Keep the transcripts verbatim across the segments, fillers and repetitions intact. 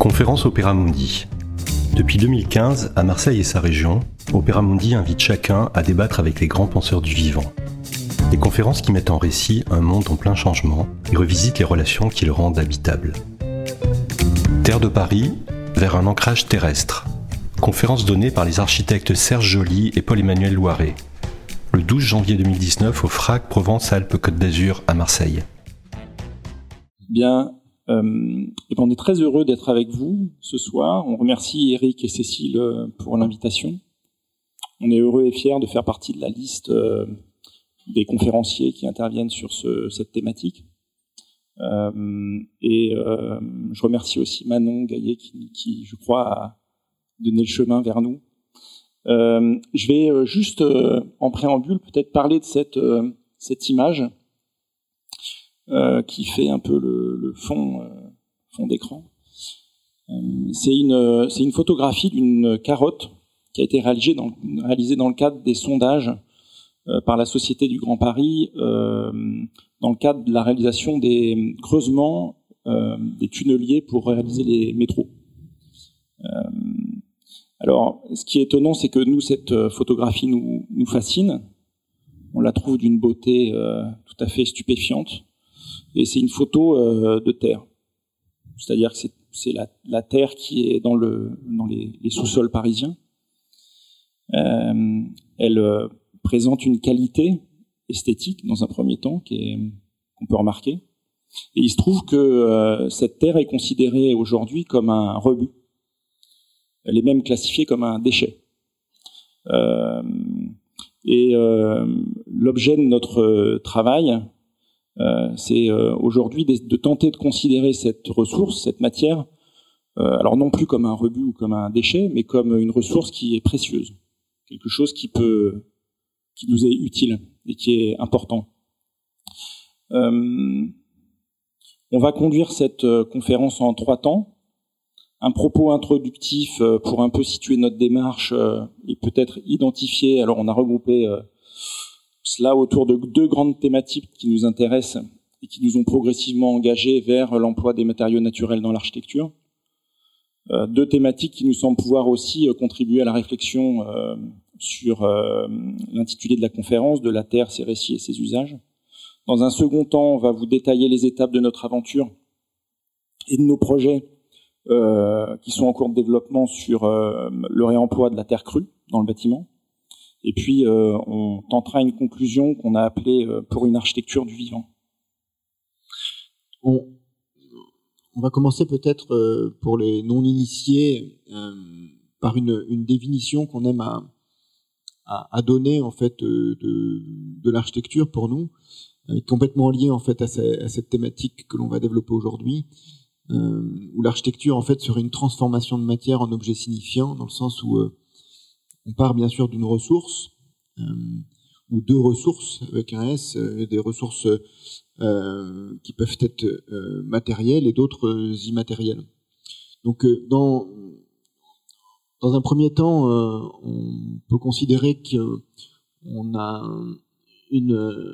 Conférence Opéra Mundi. Depuis deux mille quinze, à Marseille et sa région, Opéra Mundi invite chacun à débattre avec les grands penseurs du vivant. Des conférences qui mettent en récit un monde en plein changement et revisitent les relations qui le rendent habitable. Terre de Paris, vers un ancrage terrestre. Conférence donnée par les architectes Serge Joly et Paul-Emmanuel Loiret. Le douze janvier deux mille dix-neuf au FRAC Provence-Alpes-Côte d'Azur à Marseille. Bien, euh, et ben on est très heureux d'être avec vous ce soir. On remercie Eric et Cécile pour l'invitation. On est heureux et fiers de faire partie de la liste euh, des conférenciers qui interviennent sur ce, cette thématique. Euh, et euh, je remercie aussi Manon Gaillet qui, qui, je crois, a donné le chemin vers nous. Euh, je vais euh, juste, euh, en préambule, peut-être parler de cette, euh, cette image euh, qui fait un peu le, le fond, euh, fond d'écran. Euh, c'est une, c'est une photographie d'une carotte qui a été réalisée dans, réalisée dans le cadre des sondages euh, par la Société du Grand Paris, euh, dans le cadre de la réalisation des creusements euh, des tunneliers pour réaliser les métros. Euh, alors, ce qui est étonnant, c'est que nous, cette photographie nous, nous fascine. On la trouve d'une beauté euh, tout à fait stupéfiante. Et c'est une photo euh, de terre. C'est-à-dire que c'est, c'est la, la terre qui est dans, le, dans les, les sous-sols parisiens. Euh, elle euh, présente une qualité esthétique, dans un premier temps, qui est, qu'on peut remarquer. Et il se trouve que euh, cette terre est considérée aujourd'hui comme un rebut. Elle est même classifiée comme un déchet. Euh, et euh, l'objet de notre travail, euh, c'est euh, aujourd'hui de, de tenter de considérer cette ressource, cette matière, euh, alors non plus comme un rebut ou comme un déchet, mais comme une ressource qui est précieuse, quelque chose qui peut, qui nous est utile et qui est important. Euh, on va conduire cette conférence en trois temps. Un propos introductif pour un peu situer notre démarche et peut-être identifier. Alors, on a regroupé cela autour de deux grandes thématiques qui nous intéressent et qui nous ont progressivement engagés vers l'emploi des matériaux naturels dans l'architecture. Deux thématiques qui nous semblent pouvoir aussi contribuer à la réflexion sur l'intitulé de la conférence, de la Terre, ses récits et ses usages. Dans un second temps, on va vous détailler les étapes de notre aventure et de nos projets Euh, qui sont en cours de développement sur euh, le réemploi de la terre crue dans le bâtiment. Et puis, euh, on tentera une conclusion qu'on a appelée euh, pour une architecture du vivant. On, on va commencer peut-être euh, pour les non-initiés euh, par une, une définition qu'on aime à, à, à donner en fait de, de, de l'architecture pour nous, euh, complètement liée en fait à, ces, à cette thématique que l'on va développer aujourd'hui. Euh, où l'architecture en fait serait une transformation de matière en objet signifiant, dans le sens où euh, on part bien sûr d'une ressource euh, ou deux ressources avec un S, euh, des ressources euh, qui peuvent être euh, matérielles et d'autres euh, immatérielles. Donc euh, dans dans un premier temps, euh, on peut considérer qu'on a une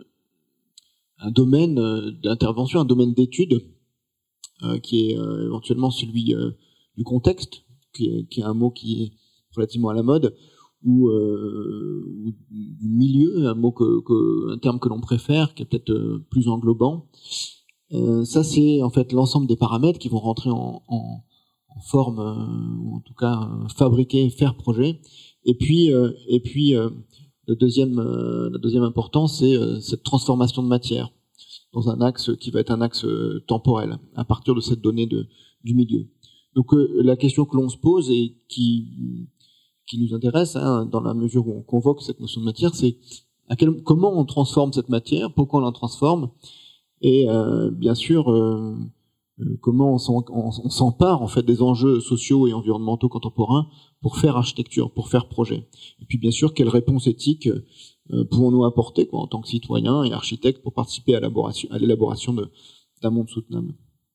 un domaine d'intervention, un domaine d'étude Euh, qui est euh, éventuellement celui euh, du contexte, qui est, qui est un mot qui est relativement à la mode, ou, euh, ou du milieu, un mot que, que un terme que l'on préfère, qui est peut-être euh, plus englobant. Euh, ça, c'est en fait l'ensemble des paramètres qui vont rentrer en, en, en forme, euh, ou en tout cas euh, fabriquer, faire projet. Et puis, euh, et puis euh, le deuxième, euh, la deuxième importance, c'est euh, cette transformation de matière dans un axe qui va être un axe temporel, à partir de cette donnée de, du milieu. Donc euh, la question que l'on se pose et qui, qui nous intéresse, hein, dans la mesure où on convoque cette notion de matière, c'est à quel, comment on transforme cette matière, pourquoi on la transforme, et euh, bien sûr euh, euh, comment on, s'en, on, on s'empare en fait des enjeux sociaux et environnementaux contemporains pour faire architecture, pour faire projet. Et puis bien sûr, quelle réponse éthique euh, pouvons-nous apporter quoi, en tant que citoyens et architectes pour participer à l'élaboration, à l'élaboration de, d'un monde soutenable.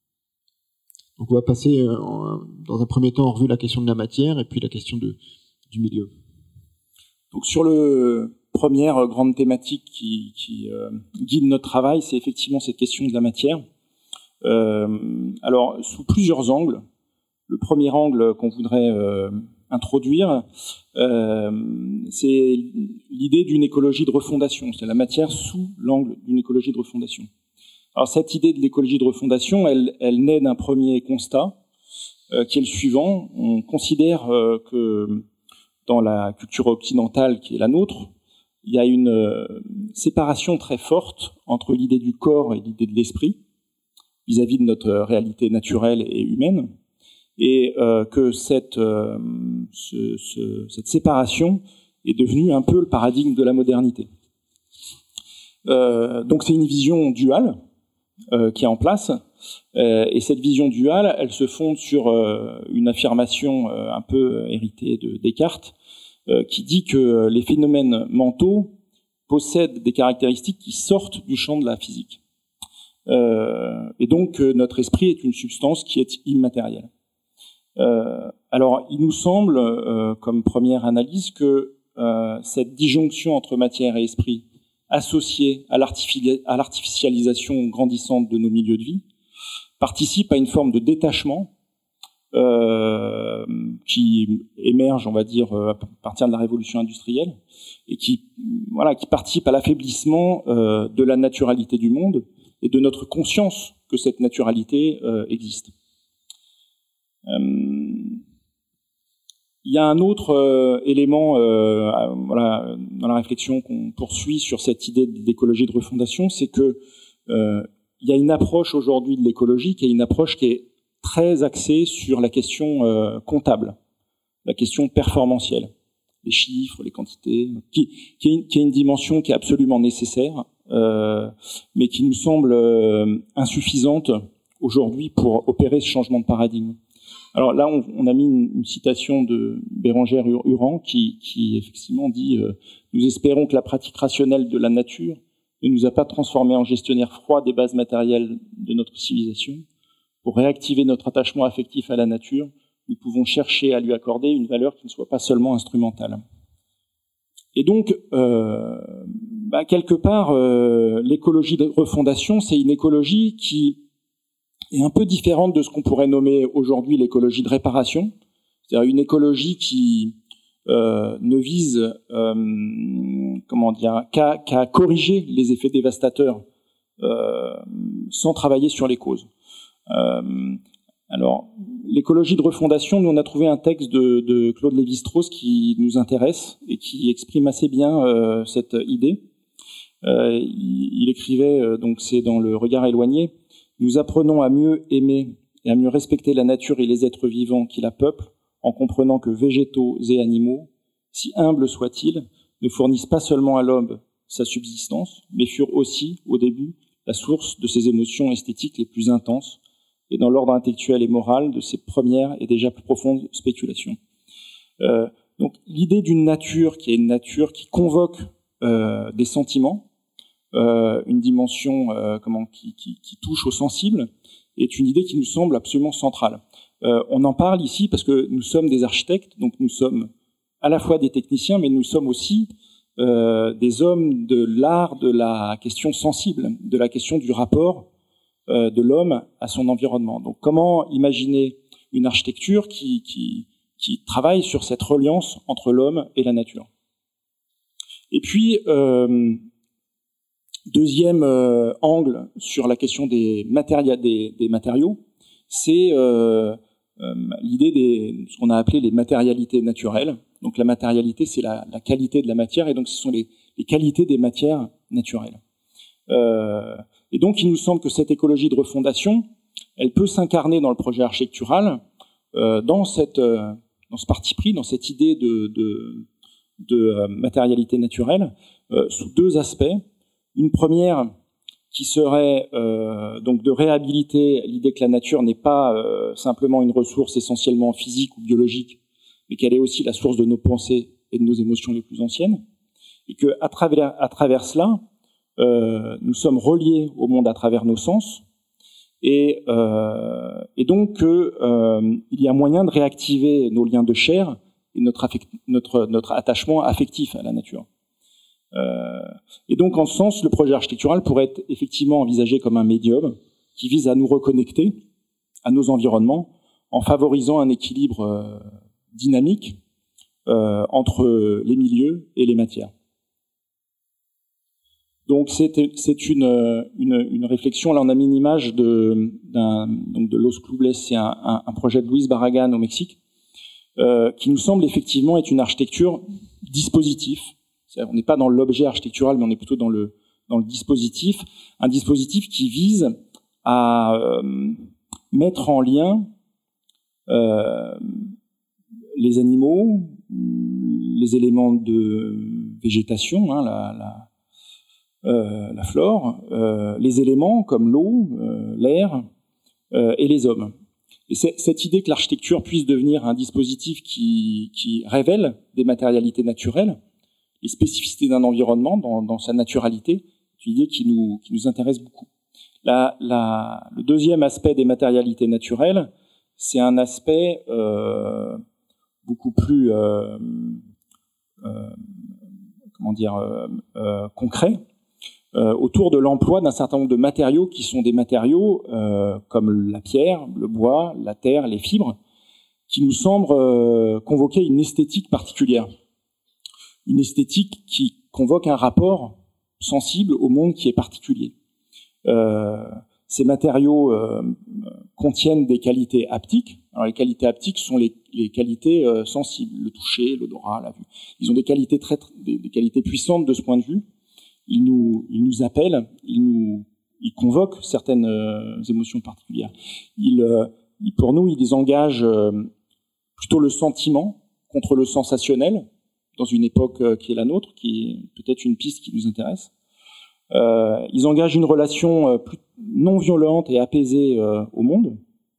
Donc on va passer euh, en, dans un premier temps en revue la question de la matière et puis la question de, du milieu. Donc sur le première grande thématique qui, qui euh, guide notre travail, c'est effectivement cette question de la matière. Euh, alors sous plusieurs angles. le premier angle qu'on voudrait euh, introduire, euh, c'est l'idée d'une écologie de refondation. C'est la matière sous l'angle d'une écologie de refondation. Alors cette idée de l'écologie de refondation, elle, elle naît d'un premier constat, euh, qui est le suivant. On considère euh, que dans la culture occidentale qui est la nôtre, il y a une euh, séparation très forte entre l'idée du corps et l'idée de l'esprit vis-à-vis de notre réalité naturelle et humaine, et euh, que cette, euh, ce, ce, cette séparation est devenue un peu le paradigme de la modernité. Euh, donc c'est une vision duale euh, qui est en place, euh, et cette vision duale, elle se fonde sur euh, une affirmation euh, un peu héritée de Descartes, euh, qui dit que les phénomènes mentaux possèdent des caractéristiques qui sortent du champ de la physique. Euh, et donc euh, notre esprit est une substance qui est immatérielle. Euh, alors il nous semble, euh, comme première analyse, que euh, cette disjonction entre matière et esprit, associée à l'artificialisation grandissante de nos milieux de vie, participe à une forme de détachement euh, qui émerge, on va dire, à partir de la révolution industrielle, et qui, voilà, qui participe à l'affaiblissement euh, de la naturalité du monde et de notre conscience que cette naturalité euh, existe. Euh, il y a un autre euh, élément euh, voilà, dans la réflexion qu'on poursuit sur cette idée d'écologie de refondation, c'est que euh, il y a une approche aujourd'hui de l'écologie qui est une approche qui est très axée sur la question euh, comptable, la question performantielle, les chiffres, les quantités, qui, qui, est, une, qui est une dimension qui est absolument nécessaire, euh, mais qui nous semble euh, insuffisante aujourd'hui pour opérer ce changement de paradigme. Alors là, on, on a mis une, une citation de Bérengère Urand qui, qui effectivement dit euh, « Nous espérons que la pratique rationnelle de la nature ne nous a pas transformés en gestionnaires froids des bases matérielles de notre civilisation. Pour réactiver notre attachement affectif à la nature, nous pouvons chercher à lui accorder une valeur qui ne soit pas seulement instrumentale. » Et donc, euh, bah, quelque part, euh, l'écologie de refondation, c'est une écologie qui est un peu différente de ce qu'on pourrait nommer aujourd'hui l'écologie de réparation, c'est-à-dire une écologie qui euh, ne vise euh, comment dire, qu'à qu'à corriger les effets dévastateurs euh, sans travailler sur les causes. Euh, alors, l'écologie de refondation, nous on a trouvé un texte de, de Claude Lévi-Strauss qui nous intéresse et qui exprime assez bien euh, cette idée. Euh, il, il écrivait, euh, donc c'est dans Le Regard éloigné, « Nous apprenons à mieux aimer et à mieux respecter la nature et les êtres vivants qui la peuplent, en comprenant que végétaux et animaux, si humbles soient-ils, ne fournissent pas seulement à l'homme sa subsistance, mais furent aussi, au début, la source de ses émotions esthétiques les plus intenses, et dans l'ordre intellectuel et moral de ses premières et déjà plus profondes spéculations. Euh, donc l'idée d'une nature qui est une nature qui convoque euh, des sentiments, euh, une dimension euh, comment, qui, qui, qui touche au sensible, est une idée qui nous semble absolument centrale. Euh, on en parle ici parce que nous sommes des architectes, donc nous sommes à la fois des techniciens, mais nous sommes aussi euh, des hommes de l'art de la question sensible, de la question du rapport euh, de l'homme à son environnement. Donc comment imaginer une architecture qui, qui, qui travaille sur cette reliance entre l'homme et la nature. Et puis, euh, deuxième euh, angle sur la question des, matéria- des, des matériaux, c'est euh, euh, l'idée de ce qu'on a appelé les matérialités naturelles. Donc la matérialité, c'est la, la qualité de la matière, et donc ce sont les, les qualités des matières naturelles. Euh, et donc il nous semble que cette écologie de refondation, elle peut s'incarner dans le projet architectural, euh, dans, cette, euh, dans ce parti pris, dans cette idée de, de, de euh, matérialité naturelle, euh, sous deux aspects. Une première qui serait euh, donc de réhabiliter l'idée que la nature n'est pas euh, simplement une ressource essentiellement physique ou biologique, mais qu'elle est aussi la source de nos pensées et de nos émotions les plus anciennes, et que à travers, à travers cela, euh, nous sommes reliés au monde à travers nos sens, et, euh, et donc que euh, il y a moyen de réactiver nos liens de chair et notre, affect, notre, notre attachement affectif à la nature. Euh, et donc, en ce sens, le projet architectural pourrait être effectivement envisagé comme un médium qui vise à nous reconnecter à nos environnements en favorisant un équilibre euh, dynamique euh, entre les milieux et les matières. Donc c'est c'est une, une une réflexion. Là, on a mis une image de d'un donc de Los Clubles, c'est un, un, un projet de Luis Barragan au Mexique, euh, qui nous semble effectivement être une architecture dispositif. C'est-à-dire, on n'est pas dans l'objet architectural, mais on est plutôt dans le dans le dispositif, un dispositif qui vise à euh, mettre en lien euh, les animaux, les éléments de végétation, hein, la, la Euh, la flore, euh, les éléments comme l'eau, euh, l'air euh, et les hommes. Et cette idée que l'architecture puisse devenir un dispositif qui, qui révèle des matérialités naturelles, les spécificités d'un environnement dans, dans sa naturalité, c'est une idée qui nous, qui nous intéresse beaucoup. La, la, le deuxième aspect des matérialités naturelles, c'est un aspect euh, beaucoup plus euh, euh, comment dire euh, euh, concret. Euh, autour de l'emploi d'un certain nombre de matériaux qui sont des matériaux euh, comme la pierre, le bois, la terre, les fibres, qui nous semblent euh, convoquer une esthétique particulière. Une esthétique qui convoque un rapport sensible au monde qui est particulier. Euh, ces matériaux euh, contiennent des qualités haptiques. Alors les qualités haptiques sont les, les qualités euh, sensibles, le toucher, l'odorat, la vue. Ils ont des qualités très, des, des qualités puissantes de ce point de vue. Ils nous, ils nous appellent, ils nous, ils convoquent certaines euh, émotions particulières. Ils, euh, ils, pour nous, ils engagent euh, plutôt le sentiment contre le sensationnel dans une époque euh, qui est la nôtre, qui est peut-être une piste qui nous intéresse. Euh, ils engagent une relation euh, plus non violente et apaisée euh, au monde.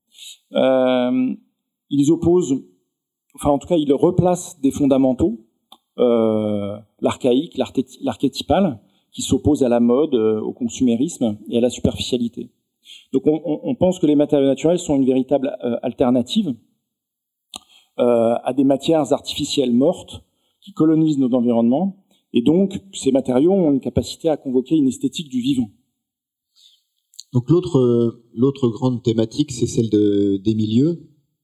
Euh, ils opposent, enfin en tout cas, ils replacent des fondamentaux, euh, l'archaïque, l'archétypal, qui s'oppose à la mode, au consumérisme et à la superficialité. Donc on, on pense que les matériaux naturels sont une véritable euh, alternative euh, à des matières artificielles mortes qui colonisent nos environnements, et donc ces matériaux ont une capacité à convoquer une esthétique du vivant. Donc l'autre l'autre grande thématique, c'est celle de, des milieux.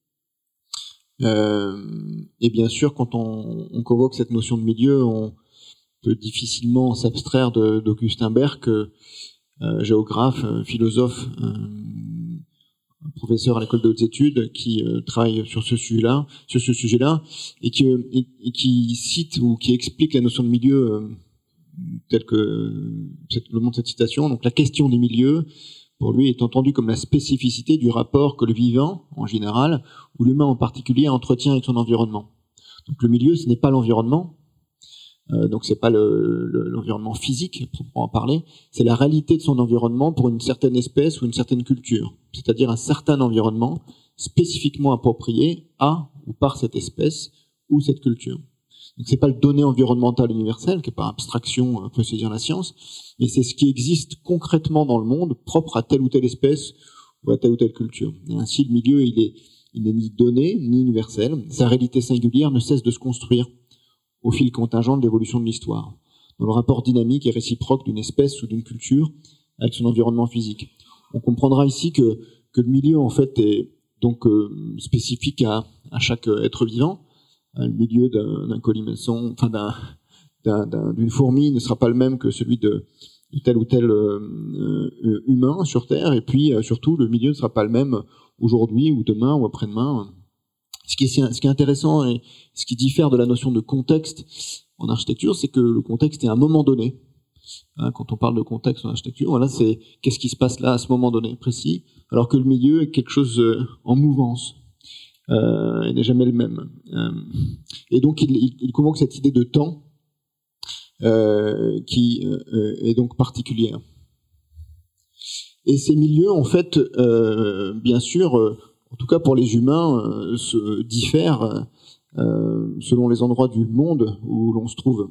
Euh, et bien sûr, quand on, on convoque cette notion de milieu, on peut difficilement s'abstraire de, d'Augustin Berg, euh, géographe, euh, philosophe, euh, professeur à l'école de hautes études, qui euh, travaille sur ce sujet-là, sur ce sujet-là, et qui, et, et qui cite ou qui explique la notion de milieu euh, telle que cette, le montre cette citation. Donc la question des milieux, pour lui, est entendue comme la spécificité du rapport que le vivant, en général, ou l'humain en particulier, entretient avec son environnement. Donc le milieu, ce n'est pas l'environnement. Euh, donc c'est pas le, le, l'environnement physique proprement parler, c'est la réalité de son environnement pour une certaine espèce ou une certaine culture, c'est-à-dire un certain environnement spécifiquement approprié à ou par cette espèce ou cette culture. Donc c'est pas le donné environnemental universel qui est par abstraction euh, peut saisir la science, mais c'est ce qui existe concrètement dans le monde propre à telle ou telle espèce ou à telle ou telle culture. Et ainsi le milieu il est il n'est ni donné ni universel, sa réalité singulière ne cesse de se construire au fil contingent de l'évolution de l'histoire, dans le rapport dynamique et réciproque d'une espèce ou d'une culture avec son environnement physique. On comprendra ici que, que le milieu, en fait, est donc euh, spécifique à, à chaque être vivant. Le milieu d'un, d'un colimaçon, enfin d'un, d'un, d'un, d'une fourmi ne sera pas le même que celui de, de tel ou tel euh, euh, humain sur Terre, et puis euh, surtout, le milieu ne sera pas le même aujourd'hui ou demain ou après-demain. Ce qui, est, ce qui est intéressant et ce qui diffère de la notion de contexte en architecture, c'est que le contexte est à un moment donné. Hein, quand on parle de contexte en architecture, voilà, c'est qu'est-ce qui se passe là à ce moment donné précis, alors que le milieu est quelque chose en mouvance. Euh, il n'est jamais le même. Euh, et donc il, il, il convoque cette idée de temps euh, qui euh, est donc particulière. Et ces milieux, en fait, euh, bien sûr, euh, en tout cas pour les humains, euh, se diffèrent euh, selon les endroits du monde où l'on se trouve.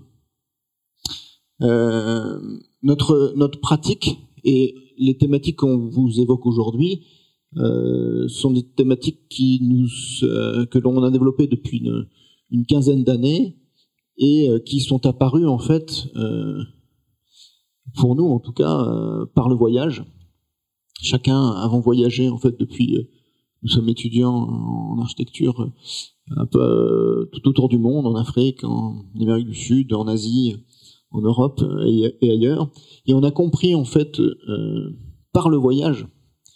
Euh, notre notre pratique et les thématiques qu'on vous évoque aujourd'hui euh, sont des thématiques qui nous euh, que l'on a développées depuis une, une quinzaine d'années et euh, qui sont apparues en fait euh, pour nous en tout cas euh, par le voyage. Chacun avons voyagé en fait depuis nous sommes étudiants en architecture un peu euh, tout autour du monde, en Afrique, en Amérique du Sud, en Asie, en Europe et, et ailleurs. Et on a compris en fait euh, par le voyage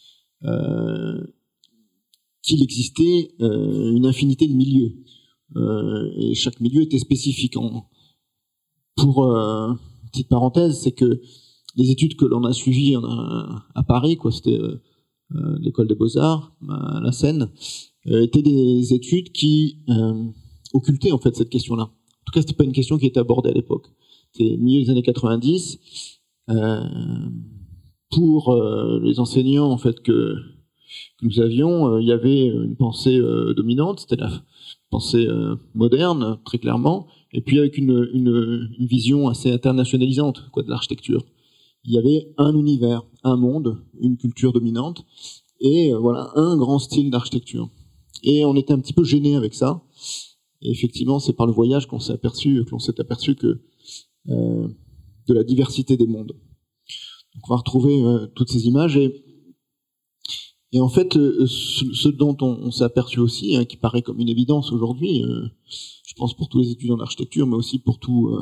euh, qu'il existait euh, une infinité de milieux. Euh, et chaque milieu était spécifique. En, pour euh, petite parenthèse, c'est que les études que l'on a suivies à, à Paris, quoi, c'était euh, l'école des Beaux-Arts, à la Seine, euh, étaient des études qui euh, occultaient en fait cette question-là. En tout cas, c'était pas une question qui était abordée à l'époque. C'était milieu des années quatre-vingt-dix. Euh, pour euh, les enseignants en fait que, que nous avions, euh, il y avait une pensée euh, dominante, c'était la pensée euh, moderne, très clairement, et puis avec une, une, une vision assez internationalisante quoi, de l'architecture. Il y avait un univers, un monde, une culture dominante, et euh, voilà un grand style d'architecture. Et on était un petit peu gênés avec ça. Et effectivement, c'est par le voyage qu'on s'est aperçu, que l'on s'est aperçu que euh, de la diversité des mondes. Donc on va retrouver euh, toutes ces images et et en fait, euh, ce, ce dont on, on s'est aperçu aussi, hein, qui paraît comme une évidence aujourd'hui, euh, je pense pour tous les étudiants d'architecture, mais aussi pour tout, euh,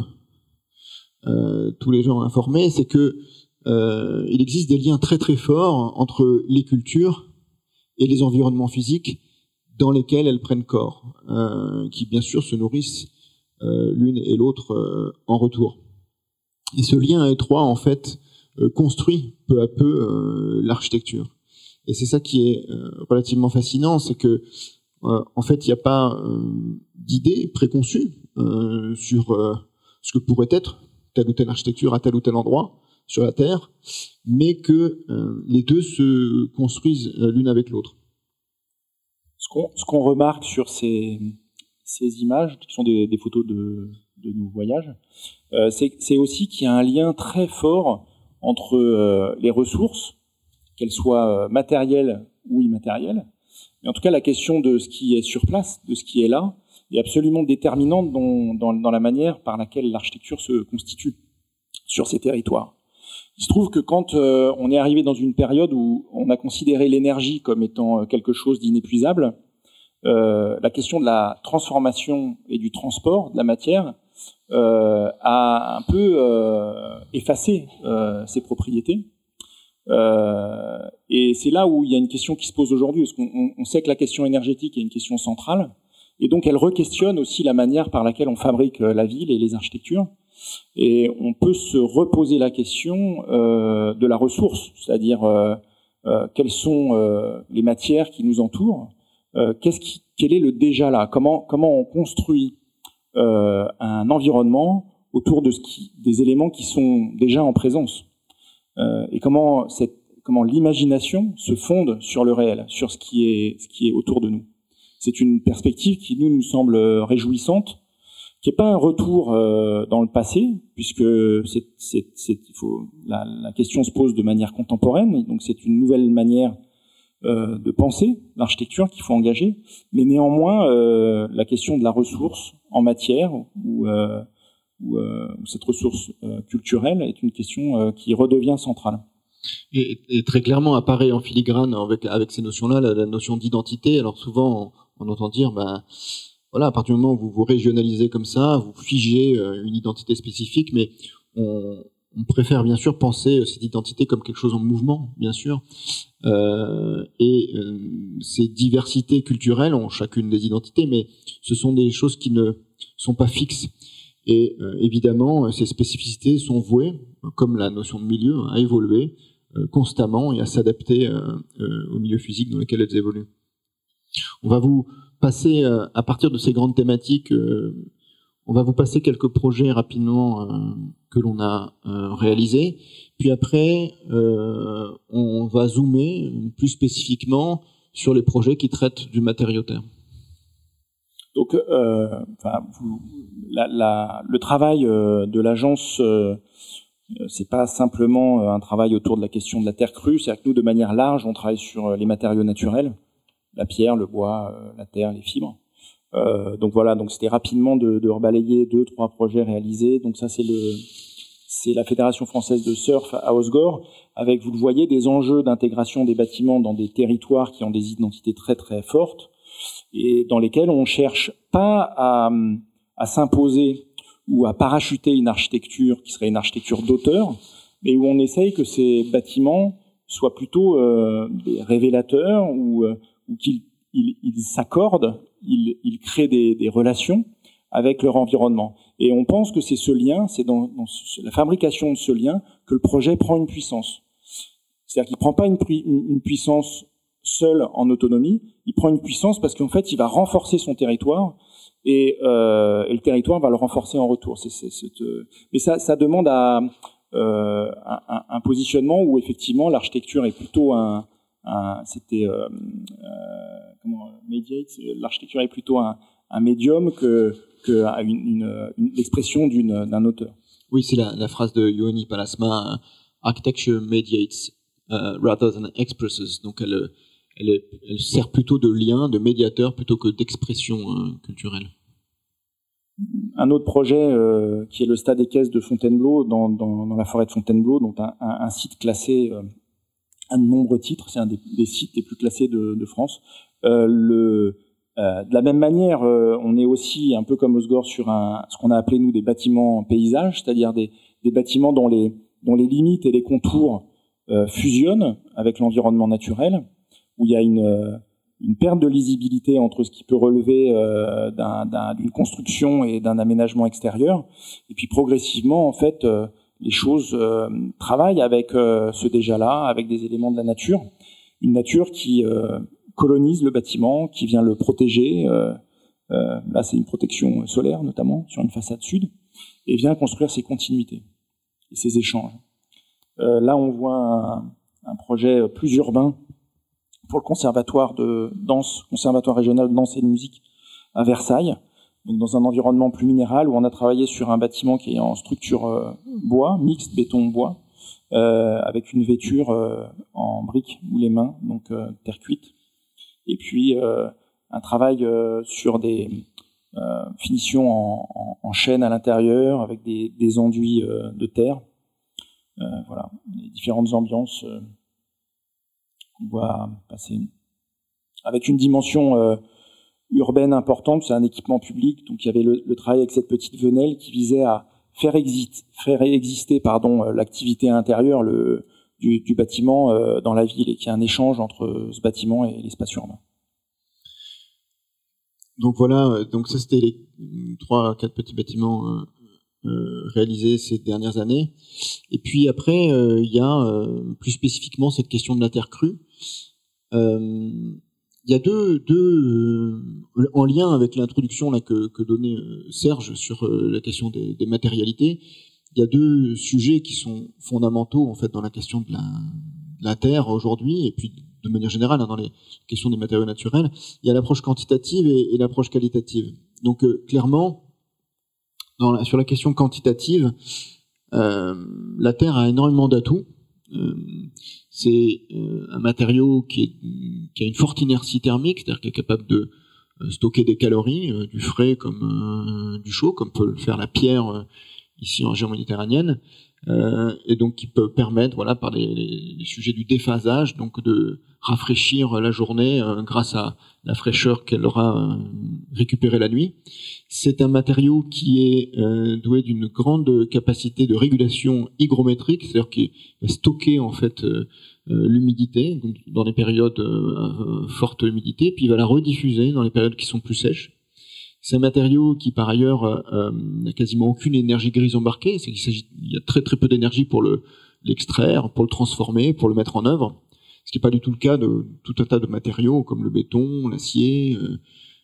euh, tous les gens informés, c'est que euh, il existe des liens très très forts entre les cultures et les environnements physiques dans lesquels elles prennent corps, euh, qui bien sûr se nourrissent euh, l'une et l'autre euh, en retour. Et ce lien étroit, en fait, euh, construit peu à peu euh, l'architecture. Et c'est ça qui est euh, relativement fascinant, c'est que euh, en fait, il n'y a pas euh, d'idée préconçue euh, sur euh, ce que pourrait être telle ou telle architecture à tel ou tel endroit sur la Terre, mais que euh, les deux se construisent euh, l'une avec l'autre. Ce qu'on, ce qu'on remarque sur ces, ces images, qui sont des, des photos de, de nos voyages, euh, c'est, c'est aussi qu'il y a un lien très fort entre euh, les ressources, qu'elles soient matérielles ou immatérielles. Mais en tout cas, la question de ce qui est sur place, de ce qui est là, est absolument déterminante dans, dans, dans la manière par laquelle l'architecture se constitue sur ces territoires. Il se trouve que quand euh, on est arrivé dans une période où on a considéré l'énergie comme étant quelque chose d'inépuisable, euh, la question de la transformation et du transport de la matière euh, a un peu euh, effacé euh, ses propriétés. Euh, et c'est là où il y a une question qui se pose aujourd'hui, parce qu'on on sait que la question énergétique est une question centrale, et donc elle re-questionne aussi la manière par laquelle on fabrique la ville et les architectures. Et on peut se reposer la question euh, de la ressource, c'est-à-dire euh, euh, quelles sont euh, les matières qui nous entourent, euh, qu'est-ce qui, quel est le déjà là, comment, comment on construit euh, un environnement autour de ce qui, des éléments qui sont déjà en présence. Euh, et comment, cette, comment l'imagination se fonde sur le réel, sur ce qui est, ce qui est autour de nous. C'est une perspective qui nous, nous semble réjouissante, qui n'est pas un retour euh, dans le passé, puisque c'est, c'est, c'est, il faut, la, la question se pose de manière contemporaine, donc c'est une nouvelle manière euh, de penser l'architecture qu'il faut engager, mais néanmoins euh, la question de la ressource en matière ou euh, où, euh, où cette ressource euh, culturelle est une question euh, qui redevient centrale. Et, et très clairement apparaît en filigrane avec, avec ces notions-là la, la notion d'identité. Alors souvent, on, on entend dire, ben, voilà, à partir du moment où vous vous régionalisez comme ça, vous figez euh, une identité spécifique, mais on, on préfère bien sûr penser cette identité comme quelque chose en mouvement, bien sûr. Euh, et euh, ces diversités culturelles ont chacune des identités, mais ce sont des choses qui ne sont pas fixes. Et euh, évidemment, ces spécificités sont vouées, comme la notion de milieu, à évoluer euh, constamment et à s'adapter euh, euh, au milieu physique dans lequel elles évoluent. On va vous passer, euh, à partir de ces grandes thématiques, euh, on va vous passer quelques projets rapidement euh, que l'on a euh, réalisés. Puis après, euh, on va zoomer plus spécifiquement sur les projets qui traitent du matériau terre. Donc, euh, enfin, vous, la, la, le travail euh, de l'agence, euh, c'est pas simplement un travail autour de la question de la terre crue. C'est-à-dire que nous, de manière large, on travaille sur les matériaux naturels, la pierre, le bois, euh, la terre, les fibres. Euh, donc voilà. Donc c'était rapidement de, de rebalayer deux, trois projets réalisés. Donc ça, c'est le, c'est la Fédération française de surf à Osgore, avec, vous le voyez, des enjeux d'intégration des bâtiments dans des territoires qui ont des identités très très fortes et dans lesquels on cherche pas à, à s'imposer ou à parachuter une architecture qui serait une architecture d'auteur, mais où on essaye que ces bâtiments soient plutôt euh, des révélateurs ou, euh, ou qu'ils ils, ils s'accordent, ils, ils créent des, des relations avec leur environnement. Et on pense que c'est ce lien, c'est dans, dans ce, la fabrication de ce lien que le projet prend une puissance. C'est-à-dire qu'il prend pas une, une, une puissance seule en autonomie, il prend une puissance parce qu'en fait, il va renforcer son territoire et, euh, et le territoire va le renforcer en retour. C'est, c'est, c'est, euh, mais ça, ça demande à, euh, un, un positionnement où effectivement l'architecture est plutôt un, un c'était euh, euh, comment mediate, l'architecture est plutôt un, un médium que, que une, une, une l'expression d'une, d'un auteur. Oui, c'est la, la phrase de Ioannis Palasma, architecture mediates uh, rather than expresses. Donc elle, elle, est, elle sert plutôt de lien, de médiateur plutôt que d'expression euh, culturelle. Un autre projet euh, qui est le stade équestre de Fontainebleau, dans, dans, dans la forêt de Fontainebleau, donc un, un, un site classé euh, à de nombreux titres, c'est un des, des sites les plus classés de, de France. Euh, le, euh, de la même manière, euh, on est aussi un peu comme Osgore sur un, ce qu'on a appelé nous des bâtiments paysages, c'est-à-dire des, des bâtiments dont les, dont les limites et les contours euh, fusionnent avec l'environnement naturel, où il y a une euh, une perte de lisibilité entre ce qui peut relever euh, d'un, d'un, d'une construction et d'un aménagement extérieur. Et puis progressivement, en fait, euh, les choses euh, travaillent avec euh, ce déjà-là, avec des éléments de la nature. Une nature qui euh, colonise le bâtiment, qui vient le protéger. Euh, euh, là, c'est une protection solaire, notamment, sur une façade sud, et vient construire ses continuités et ses échanges. Euh, là, on voit un, un projet plus urbain pour le conservatoire de danse, conservatoire régional de danse et de musique à Versailles, donc dans un environnement plus minéral où on a travaillé sur un bâtiment qui est en structure euh, bois, mixte béton-bois, euh, avec une vêture euh, en briques moulées-mains, donc euh, terre cuite, et puis euh, un travail euh, sur des euh, finitions en, en, en chaîne à l'intérieur avec des, des enduits euh, de terre. Euh, voilà, les différentes ambiances. Euh, On voit passer avec une dimension euh, urbaine importante. C'est un équipement public, donc il y avait le, le travail avec cette petite venelle qui visait à faire, exit, faire exister pardon, l'activité intérieure le, du, du bâtiment euh, dans la ville et qu'il y ait un échange entre ce bâtiment et l'espace urbain. Donc voilà, donc ça c'était les trois, quatre petits bâtiments euh, euh, réalisés ces dernières années. Et puis après, euh, il y a euh, plus spécifiquement cette question de la terre crue. Euh, il y a deux, deux euh, en lien avec l'introduction là que, que donnait euh, Serge sur euh, la question des, des matérialités, il y a deux sujets qui sont fondamentaux en fait dans la question de la, de la terre aujourd'hui et puis de manière générale hein, dans les questions des matériaux naturels. Il y a l'approche quantitative et, et l'approche qualitative. Donc euh, clairement, dans la, sur la question quantitative, euh, la terre a énormément d'atouts. Euh, c'est euh, un matériau qui, est, qui a une forte inertie thermique, c'est-à-dire qui est capable de euh, stocker des calories, euh, du frais comme euh, du chaud, comme peut le faire la pierre euh, ici en région méditerranéenne, euh, et donc qui peut permettre, voilà, par les, les, les sujets du déphasage, donc de rafraîchir la journée euh, grâce à la fraîcheur qu'elle aura euh, récupérée la nuit. C'est un matériau qui est euh, doué d'une grande capacité de régulation hygrométrique, c'est-à-dire qu'il va stocker en fait euh, euh, l'humidité dans les périodes euh, forte humidité, puis il va la rediffuser dans les périodes qui sont plus sèches. C'est un matériau qui par ailleurs euh, n'a quasiment aucune énergie grise embarquée, c'est qu'il s'agit, il y a très très peu d'énergie pour le l'extraire, pour le transformer, pour le mettre en œuvre, ce qui n'est pas du tout le cas de tout un tas de matériaux comme le béton, l'acier. Euh,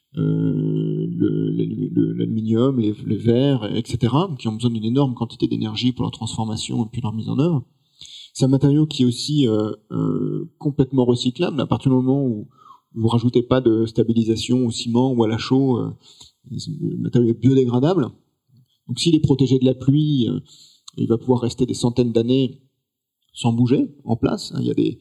Euh, le, le, l'aluminium, les, les verres, et cetera, qui ont besoin d'une énorme quantité d'énergie pour leur transformation et puis leur mise en œuvre. C'est un matériau qui est aussi euh, euh, complètement recyclable à partir du moment où, où vous rajoutez pas de stabilisation au ciment ou à la chaux. Euh, le matériau est biodégradable. Donc s'il est protégé de la pluie, euh, il va pouvoir rester des centaines d'années sans bouger en place. Il y a des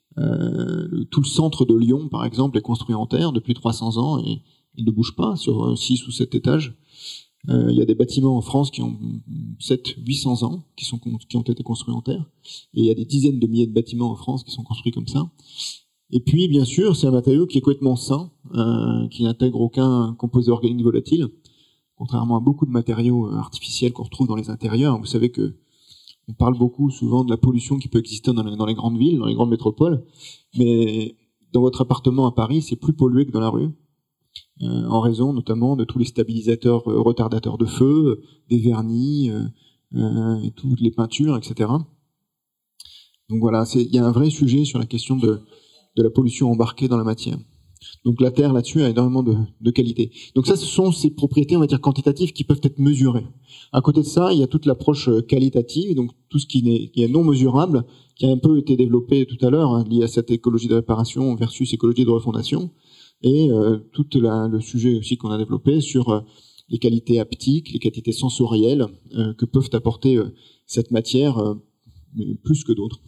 euh, tout le centre de Lyon, par exemple, est construit en terre depuis trois cents ans et il ne bouge pas sur six ou sept étages. Euh, il y a des bâtiments en France qui ont sept cents, huit cents ans, qui, sont, qui ont été construits en terre. Et il y a des dizaines de milliers de bâtiments en France qui sont construits comme ça. Et puis, bien sûr, c'est un matériau qui est complètement sain, euh, qui n'intègre aucun composé organique volatile, contrairement à beaucoup de matériaux artificiels qu'on retrouve dans les intérieurs. Vous savez que on parle beaucoup souvent de la pollution qui peut exister dans les, dans les grandes villes, dans les grandes métropoles, mais dans votre appartement à Paris, c'est plus pollué que dans la rue. Euh, en raison notamment de tous les stabilisateurs euh, retardateurs de feu, euh, des vernis, euh, euh, et toutes les peintures, et cetera. Donc voilà, il y a un vrai sujet sur la question de, de la pollution embarquée dans la matière. Donc la terre là-dessus a énormément de, de qualité. Donc ça, ce sont ces propriétés, on va dire, quantitatives qui peuvent être mesurées. À côté de ça, il y a toute l'approche qualitative, donc tout ce qui, n'est, qui est non mesurable, qui a un peu été développé tout à l'heure, hein, lié à cette écologie de réparation versus écologie de refondation. Et euh, tout la, le sujet aussi qu'on a développé sur euh, les qualités haptiques, les qualités sensorielles euh, que peuvent apporter euh, cette matière, euh, plus que d'autres.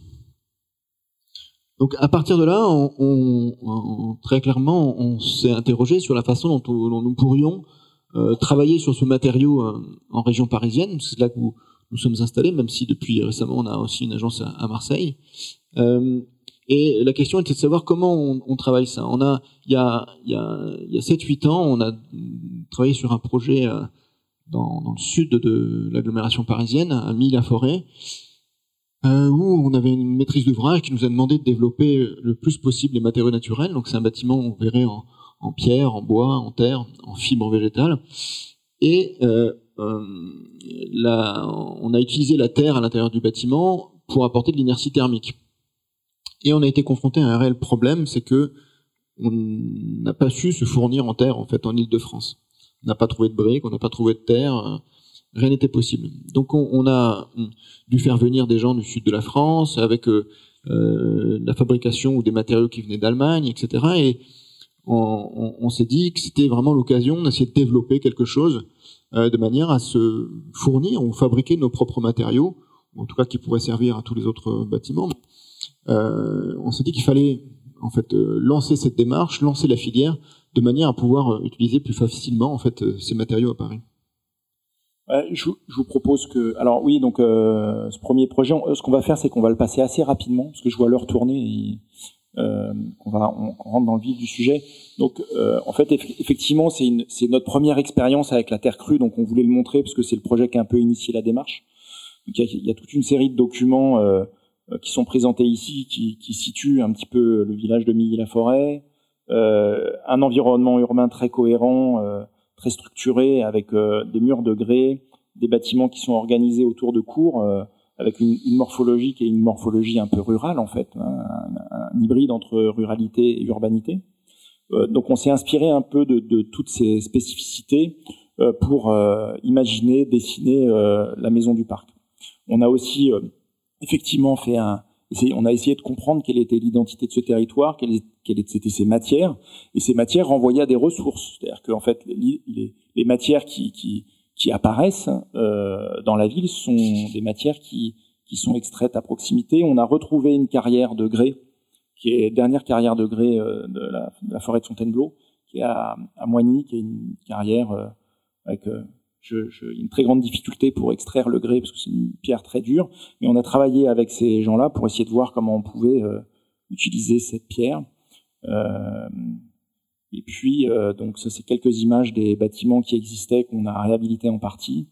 Donc à partir de là, on, on, on, très clairement, on s'est interrogé sur la façon dont, on, dont nous pourrions euh, travailler sur ce matériau euh, en région parisienne. C'est là que nous nous sommes installés, même si depuis récemment on a aussi une agence à, à Marseille. Euh, Et la question était de savoir comment on, on travaille ça. On a, il y a, il y a, il y a sept huit ans, on a travaillé sur un projet euh, dans, dans le sud de l'agglomération parisienne, à Milly-la-Forêt, euh, où on avait une maîtrise d'ouvrage qui nous a demandé de développer le plus possible les matériaux naturels. Donc c'est un bâtiment, on verrait, en, en pierre, en bois, en terre, en fibre végétale. Et euh, euh, la, on a utilisé la terre à l'intérieur du bâtiment pour apporter de l'inertie thermique. Et on a été confronté à un réel problème, c'est que on n'a pas su se fournir en terre en fait en Île-de-France. On n'a pas trouvé de briques, on n'a pas trouvé de terre, rien n'était possible. Donc on, on a dû faire venir des gens du sud de la France avec euh, la fabrication ou des matériaux qui venaient d'Allemagne, et cetera. Et on, on, on s'est dit que c'était vraiment l'occasion d'essayer de développer quelque chose euh, de manière à se fournir ou fabriquer nos propres matériaux, ou en tout cas qui pourraient servir à tous les autres bâtiments. Euh, on s'est dit qu'il fallait en fait euh, lancer cette démarche, lancer la filière, de manière à pouvoir euh, utiliser plus facilement en fait euh, ces matériaux à Paris. Ouais, je, je vous propose que, alors oui, donc euh, ce premier projet, on, ce qu'on va faire, c'est qu'on va le passer assez rapidement, parce que je vois l'heure tourner, et euh, qu'on va, on, on rentre dans le vif du sujet. Donc, euh, en fait, eff- effectivement, c'est, une, c'est notre première expérience avec la terre crue, donc on voulait le montrer parce que c'est le projet qui a un peu initié la démarche. Donc, il y a, il y a toute une série de documents euh, qui sont présentés ici, qui, qui situent un petit peu le village de Milly-la-Forêt, euh, un environnement urbain très cohérent, euh, très structuré, avec euh, des murs de grès, des bâtiments qui sont organisés autour de cours, euh, avec une, une morphologie qui est une morphologie un peu rurale en fait, un, un, un hybride entre ruralité et urbanité. Euh, donc on s'est inspiré un peu de, de toutes ces spécificités euh, pour euh, imaginer, dessiner euh, la maison du parc. On a aussi euh, effectivement fait un, on a essayé de comprendre quelle était l'identité de ce territoire, quelles, quelles étaient ses matières, et ces matières renvoyaient à des ressources. C'est-à-dire qu'en fait, les, les, les matières qui, qui, qui apparaissent euh, dans la ville sont des matières qui, qui sont extraites à proximité. On a retrouvé une carrière de grès, qui est la dernière carrière de grès euh, de, la, de la forêt de Fontainebleau, qui est à, à Moigny, qui est une carrière euh, avec euh, je, je, une très grande difficulté pour extraire le grès, parce que c'est une pierre très dure. Mais on a travaillé avec ces gens-là pour essayer de voir comment on pouvait euh, utiliser cette pierre. Euh, et puis, euh, donc ça, c'est quelques images des bâtiments qui existaient, qu'on a réhabilités en partie.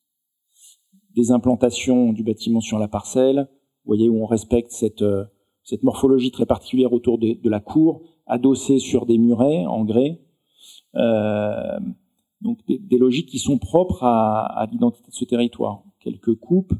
Des implantations du bâtiment sur la parcelle, vous voyez, où on respecte cette, euh, cette morphologie très particulière autour de, de la cour, adossée sur des murets en grès. Euh, donc des, des logiques qui sont propres à, à l'identité de ce territoire. Quelques coupes,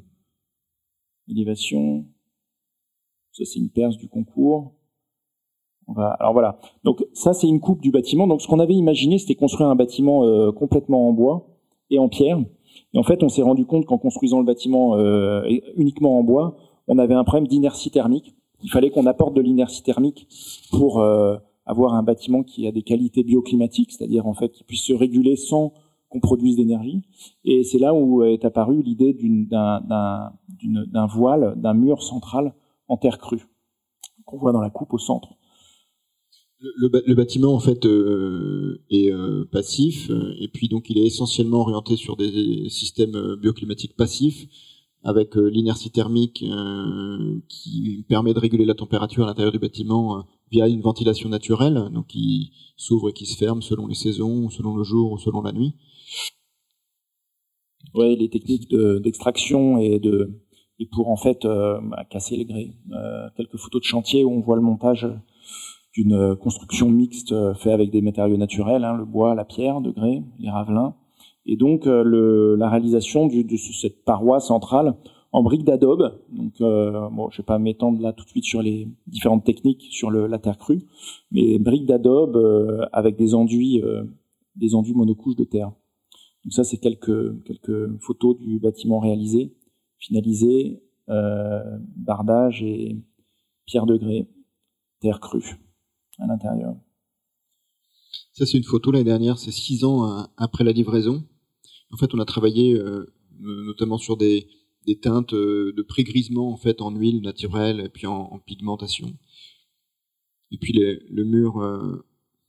élévation, ça c'est une perce du concours. On va, alors voilà, donc ça c'est une coupe du bâtiment. Donc ce qu'on avait imaginé, c'était construire un bâtiment euh, complètement en bois et en pierre. Et en fait, on s'est rendu compte qu'en construisant le bâtiment euh, uniquement en bois, on avait un problème d'inertie thermique. Il fallait qu'on apporte de l'inertie thermique pour euh, avoir un bâtiment qui a des qualités bioclimatiques, c'est-à-dire en fait qui puisse se réguler sans qu'on produise d'énergie. Et c'est là où est apparue l'idée d'une, d'un, d'un, d'une, d'un voile, d'un mur central en terre crue, qu'on voit dans la coupe au centre. Le, le bâtiment en fait euh, est euh, passif et puis donc il est essentiellement orienté sur des systèmes bioclimatiques passifs avec euh, l'inertie thermique euh, qui permet de réguler la température à l'intérieur du bâtiment euh, via une ventilation naturelle, donc qui s'ouvre et qui se ferme selon les saisons, selon le jour ou selon la nuit. Oui, les techniques de, d'extraction et de et pour en fait euh, casser les grès. Euh, quelques photos de chantier où on voit le montage d'une construction mixte faite avec des matériaux naturels, hein, le bois, la pierre de grès, les ravelins, et donc euh, le, la réalisation du, de cette paroi centrale en briques d'adobe. Donc, euh, bon, je ne vais pas m'étendre là tout de suite sur les différentes techniques sur le, la terre crue, mais briques d'adobe euh, avec des enduits, euh, des enduits monocouches de terre. Donc ça, c'est quelques quelques photos du bâtiment réalisé, finalisé, euh, bardage et pierre de grès, terre crue à l'intérieur. Ça, c'est une photo l'année dernière, c'est six ans après la livraison. En fait, on a travaillé euh, notamment sur des, des teintes de pré-grisement en fait en huile naturelle et puis en, en pigmentation. Et puis les, le mur euh,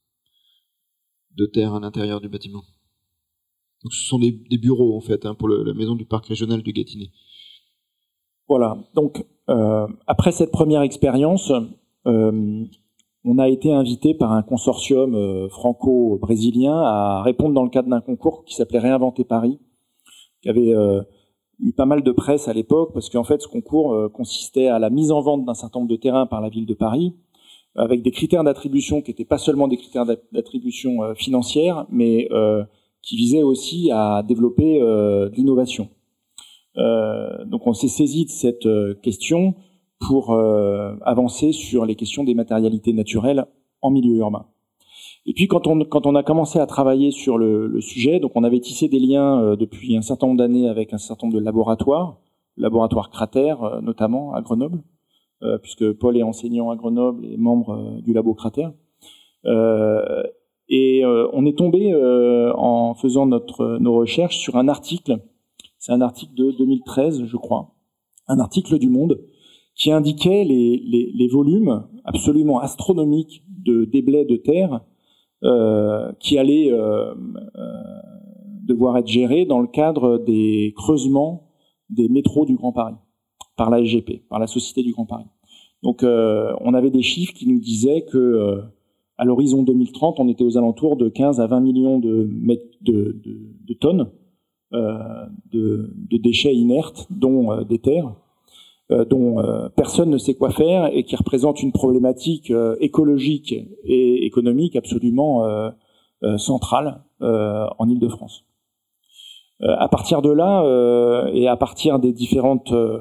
de terre à l'intérieur du bâtiment. Donc, ce sont des, des bureaux en fait hein, pour le, la maison du parc régional du Gâtinais. Voilà. Donc euh, après cette première expérience. Euh, On a été invité par un consortium euh, franco-brésilien à répondre dans le cadre d'un concours qui s'appelait Réinventer Paris, qui avait euh, eu pas mal de presse à l'époque, parce qu'en fait, ce concours euh, consistait à la mise en vente d'un certain nombre de terrains par la ville de Paris, avec des critères d'attribution qui n'étaient pas seulement des critères d'attribution euh, financière, mais euh, qui visaient aussi à développer euh, de l'innovation. Euh, donc on s'est saisi de cette euh, question pour euh, avancer sur les questions des matérialités naturelles en milieu urbain. Et puis quand on, quand on a commencé à travailler sur le, le sujet, donc on avait tissé des liens euh, depuis un certain nombre d'années avec un certain nombre de laboratoires, laboratoire Cratère euh, notamment à Grenoble, euh, puisque Paul est enseignant à Grenoble et membre euh, du labo Cratère. Euh, et euh, on est tombé euh, en faisant notre, nos recherches sur un article, c'est un article de deux mille treize je crois, un article du Monde, qui indiquait les, les, les volumes absolument astronomiques de déblais de terre euh, qui allaient euh, euh, devoir être gérés dans le cadre des creusements des métros du Grand Paris, par la S G P, par la Société du Grand Paris. Donc euh, on avait des chiffres qui nous disaient que euh, à l'horizon deux mille trente, on était aux alentours de quinze à vingt millions de, mètres, de, de, de tonnes euh, de, de déchets inertes, dont euh, des terres, Euh, dont euh, personne ne sait quoi faire et qui représente une problématique euh, écologique et économique absolument euh, euh, centrale euh, en Île-de-France. Euh, à partir de là euh, et à partir des différentes euh,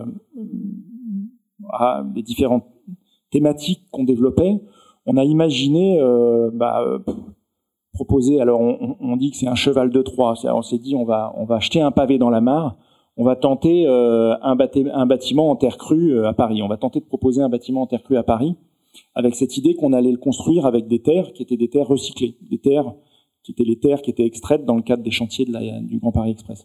à, des différentes thématiques qu'on développait, on a imaginé euh, bah, euh, proposer. Alors on, on dit que c'est un cheval de Troie. On s'est dit on va on va acheter un pavé dans la mare. On va tenter euh, un, bâti- un bâtiment en terre crue euh, à Paris. On va tenter de proposer un bâtiment en terre crue à Paris avec cette idée qu'on allait le construire avec des terres qui étaient des terres recyclées, des terres qui étaient les terres qui étaient extraites dans le cadre des chantiers de la, du Grand Paris Express.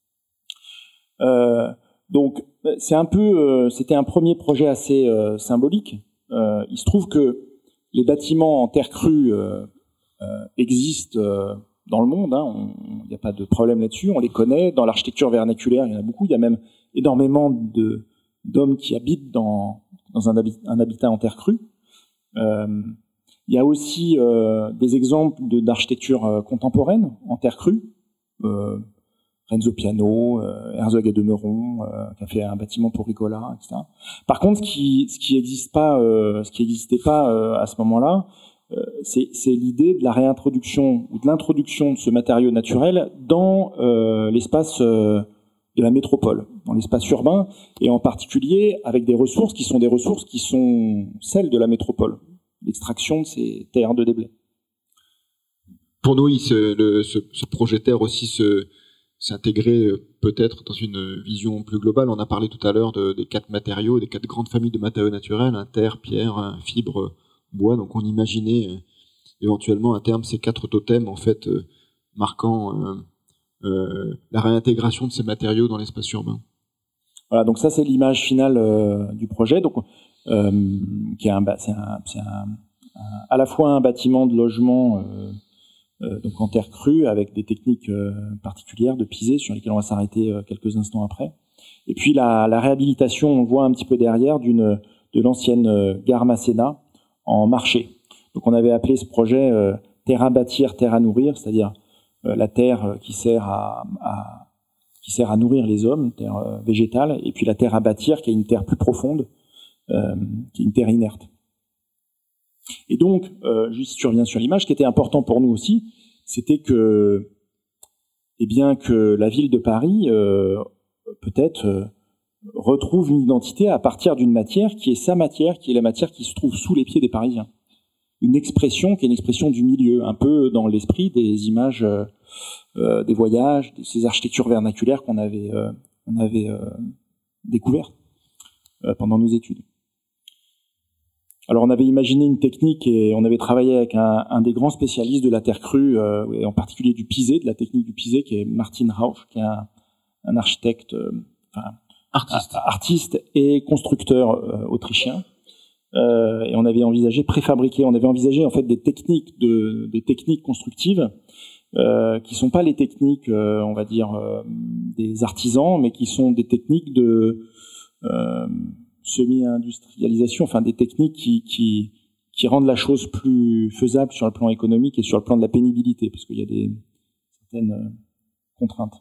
Euh, donc, c'est un peu, euh, c'était un premier projet assez euh, symbolique. Euh, il se trouve que les bâtiments en terre crue euh, euh, existent. Euh, dans le monde, hein, il n'y a pas de problème là-dessus, on les connaît. Dans l'architecture vernaculaire, il y en a beaucoup. Il y a même énormément de, d'hommes qui habitent dans, dans un, habit, un habitat en terre crue. Euh, il y a aussi euh, des exemples de, d'architecture euh, contemporaine en terre crue. Euh, Renzo Piano, euh, Herzog et de Meuron, euh, qui a fait un bâtiment pour Ricola, et cetera. Par contre, ce qui, ce qui existe pas, euh, ce qui n'existait pas euh, à ce moment-là, C'est, c'est l'idée de la réintroduction ou de l'introduction de ce matériau naturel dans euh, l'espace euh, de la métropole, dans l'espace urbain, et en particulier avec des ressources qui sont des ressources qui sont celles de la métropole, l'extraction de ces terres de déblais. Pour nous, il se, le, ce, ce projet terre aussi se, s'intégrer peut-être dans une vision plus globale. On a parlé tout à l'heure de, des quatre matériaux, des quatre grandes familles de matériaux naturels, hein, terre, pierre, hein, fibre, bois. Donc on imaginait euh, éventuellement à terme ces quatre totems en fait euh, marquant euh, euh, la réintégration de ces matériaux dans l'espace urbain. Voilà, donc ça c'est l'image finale euh, du projet. Donc euh, qui est un, c'est un, c'est un, à la fois un bâtiment de logement euh, euh, donc en terre crue avec des techniques euh, particulières de pisé sur lesquelles on va s'arrêter euh, quelques instants après. Et puis la, la réhabilitation, on voit un petit peu derrière d'une de l'ancienne euh, gare Masséna en marché. Donc on avait appelé ce projet euh, terre à bâtir, terre à nourrir, c'est-à-dire euh, la terre euh, qui sert à, à qui sert à nourrir les hommes, terre euh, végétale, et puis la terre à bâtir, qui est une terre plus profonde, euh, qui est une terre inerte. Et donc, euh, juste tu reviens sur l'image, ce qui était important pour nous aussi, c'était que, eh bien, que la ville de Paris, euh, peut-être, euh, retrouve une identité à partir d'une matière qui est sa matière, qui est la matière qui se trouve sous les pieds des Parisiens. Une expression qui est une expression du milieu, un peu dans l'esprit des images euh, euh, des voyages, de ces architectures vernaculaires qu'on avait, euh, on avait euh, découvertes euh, pendant nos études. Alors on avait imaginé une technique et on avait travaillé avec un, un des grands spécialistes de la terre crue, euh, et en particulier du pisé, de la technique du pisé, qui est Martin Rauch, qui est un, un architecte, euh, enfin, artiste. A, artiste et constructeur euh, autrichien. Euh, et on avait envisagé préfabriquer, on avait envisagé en fait des techniques de, des techniques constructives euh, qui sont pas les techniques, euh, on va dire, euh, des artisans, mais qui sont des techniques de euh, semi-industrialisation, enfin des techniques qui, qui, qui rendent la chose plus faisable sur le plan économique et sur le plan de la pénibilité, parce qu'il y a des certaines euh, contraintes.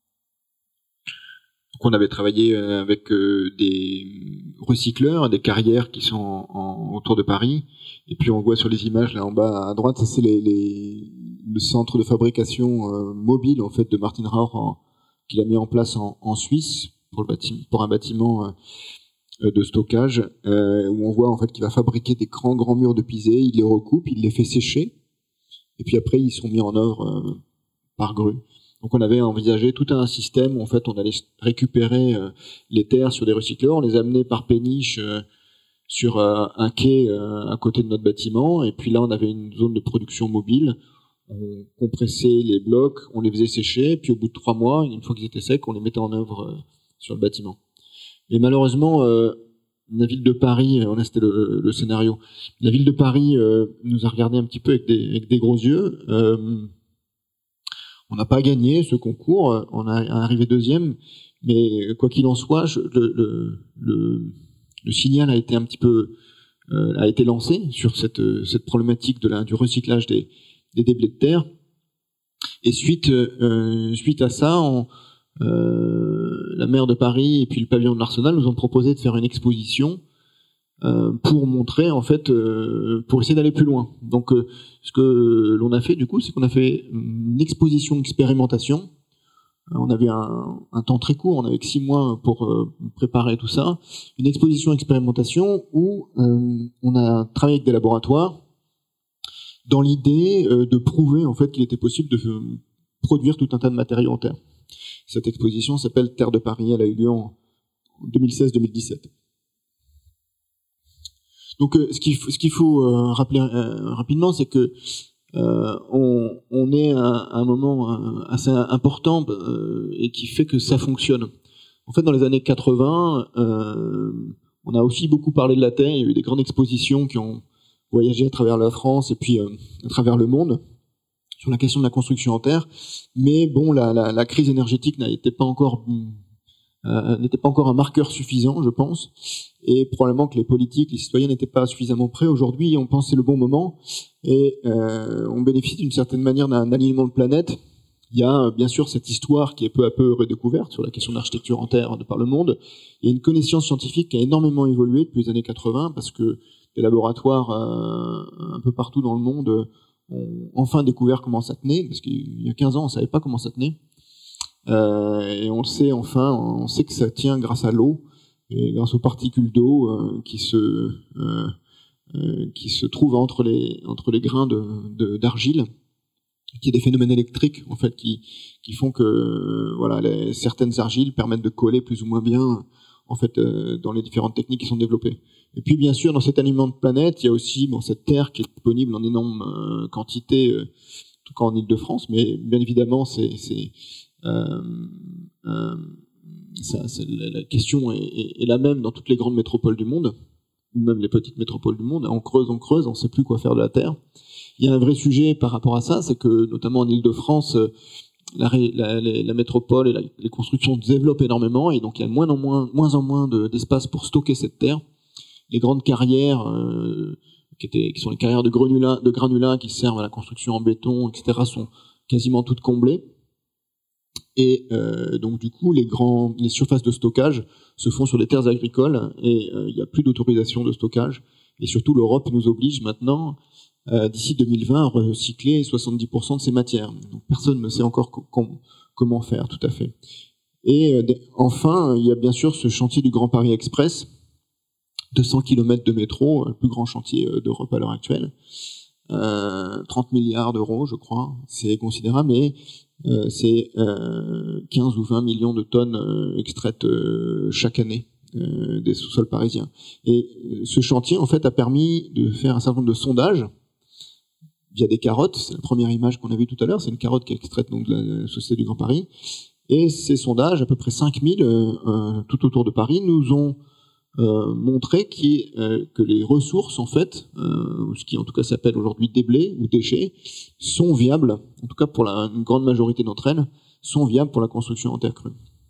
Donc on avait travaillé avec euh, des recycleurs, des carrières qui sont en, en, autour de Paris, et puis on voit sur les images là en bas à droite, ça c'est les, les, le centre de fabrication euh, mobile en fait de Martin Rauch qu'il a mis en place en, en Suisse pour, le bâtiment, pour un bâtiment euh, de stockage, euh, où on voit en fait qu'il va fabriquer des grands grands murs de pisé, il les recoupe, il les fait sécher, et puis après ils sont mis en œuvre euh, par grue. Donc on avait envisagé tout un système où en fait on allait récupérer euh, les terres sur des recycleurs, on les amenait par péniche euh, sur euh, un quai euh, à côté de notre bâtiment, et puis là on avait une zone de production mobile, on compressait les blocs, on les faisait sécher, et puis au bout de trois mois, une fois qu'ils étaient secs, on les mettait en œuvre euh, sur le bâtiment. Et malheureusement, euh, la ville de Paris, on a c'était le, le scénario, la ville de Paris euh, nous a regardé un petit peu avec des, avec des gros yeux. Euh, On n'a pas gagné ce concours, on a arrivé deuxième, mais quoi qu'il en soit, je, le, le, le, le signal a été un petit peu euh, a été lancé sur cette, cette problématique de la, du recyclage des, des déblais de terre. Et suite euh, suite à ça, on, euh, la maire de Paris et puis le pavillon de l'Arsenal nous ont proposé de faire une exposition euh, pour montrer en fait, euh, pour essayer d'aller plus loin. Donc euh, ce que l'on a fait du coup, c'est qu'on a fait une exposition expérimentation. On avait un, un temps très court, on avait que six mois pour euh, préparer tout ça. Une exposition expérimentation où euh, on a travaillé avec des laboratoires dans l'idée euh, de prouver en fait qu'il était possible de euh, produire tout un tas de matériaux en terre. Cette exposition s'appelle Terre de Paris, elle a eu lieu en deux mille seize deux mille dix-sept. Donc euh, ce qu'il faut, ce qu'il faut euh, rappeler euh, rapidement, c'est que euh, on, on est à, à un moment euh, assez important euh, et qui fait que ça fonctionne. En fait, dans les années quatre-vingts, euh, on a aussi beaucoup parlé de la Terre. Il y a eu des grandes expositions qui ont voyagé à travers la France et puis euh, à travers le monde sur la question de la construction en terre. Mais bon, la, la, la crise énergétique n'était pas encore euh, n'était pas encore un marqueur suffisant, je pense. Et probablement que les politiques, les citoyens n'étaient pas suffisamment prêts. Aujourd'hui, on pense que c'est le bon moment et euh, on bénéficie d'une certaine manière d'un alignement de planète. Il y a bien sûr cette histoire qui est peu à peu redécouverte sur la question de l'architecture en terre de par le monde. Il y a une connaissance scientifique qui a énormément évolué depuis les années quatre-vingts parce que des laboratoires euh, un peu partout dans le monde ont enfin découvert comment ça tenait, parce qu'il y a quinze ans, on ne savait pas comment ça tenait. Euh, et on le sait enfin, on sait que ça tient grâce à l'eau, et grâce aux particules d'eau euh, qui se euh, euh, qui se trouvent entre les entre les grains de, de d'argile, qui est des phénomènes électriques en fait qui qui font que euh, voilà les, certaines argiles permettent de coller plus ou moins bien en fait euh, dans les différentes techniques qui sont développées. Et puis bien sûr dans cet alignement de planète, il y a aussi bon cette terre qui est disponible en énorme euh, quantité, euh, en tout cas en Île-de-France, mais bien évidemment c'est c'est euh, euh, ça, c'est la question est, est, est la même dans toutes les grandes métropoles du monde. ou même les petites métropoles du monde. On creuse, on creuse, on ne sait plus quoi faire de la terre. Il y a un vrai sujet par rapport à ça, c'est que notamment en Île-de-France, la, la, la, la métropole et la, les constructions se développent énormément, et donc il y a de moins en moins, moins en moins de, d'espace pour stocker cette terre. Les grandes carrières, euh, qui, étaient, qui sont les carrières de granulats, de granulats qui servent à la construction en béton, et cetera, sont quasiment toutes comblées. Et euh, donc du coup, les, grands, les surfaces de stockage se font sur les terres agricoles, et euh, il n'y a plus d'autorisation de stockage. Et surtout, l'Europe nous oblige maintenant, euh, d'ici deux mille vingt, à recycler soixante-dix pour cent de ces matières. Donc personne ne sait encore co- com- comment faire, tout à fait. Et euh, enfin, il y a bien sûr ce chantier du Grand Paris Express, deux cents kilomètres de métro, le plus grand chantier d'Europe à l'heure actuelle. Euh, trente milliards d'euros, je crois, c'est considérable, mais euh, c'est euh, quinze ou vingt millions de tonnes euh, extraites euh, chaque année euh, des sous-sols parisiens. Et euh, ce chantier, en fait, a permis de faire un certain nombre de sondages via des carottes. C'est la première image qu'on a vue tout à l'heure, c'est une carotte qui est extraite donc, de la Société du Grand Paris. Et ces sondages, à peu près cinq mille euh, euh, tout autour de Paris, nous ont euh, montré qui, euh, que les ressources, en fait, euh, ce qui en tout cas s'appelle aujourd'hui déblais ou déchets, sont viables, en tout cas pour la, une grande majorité d'entre elles, sont viables pour la construction en terre crue.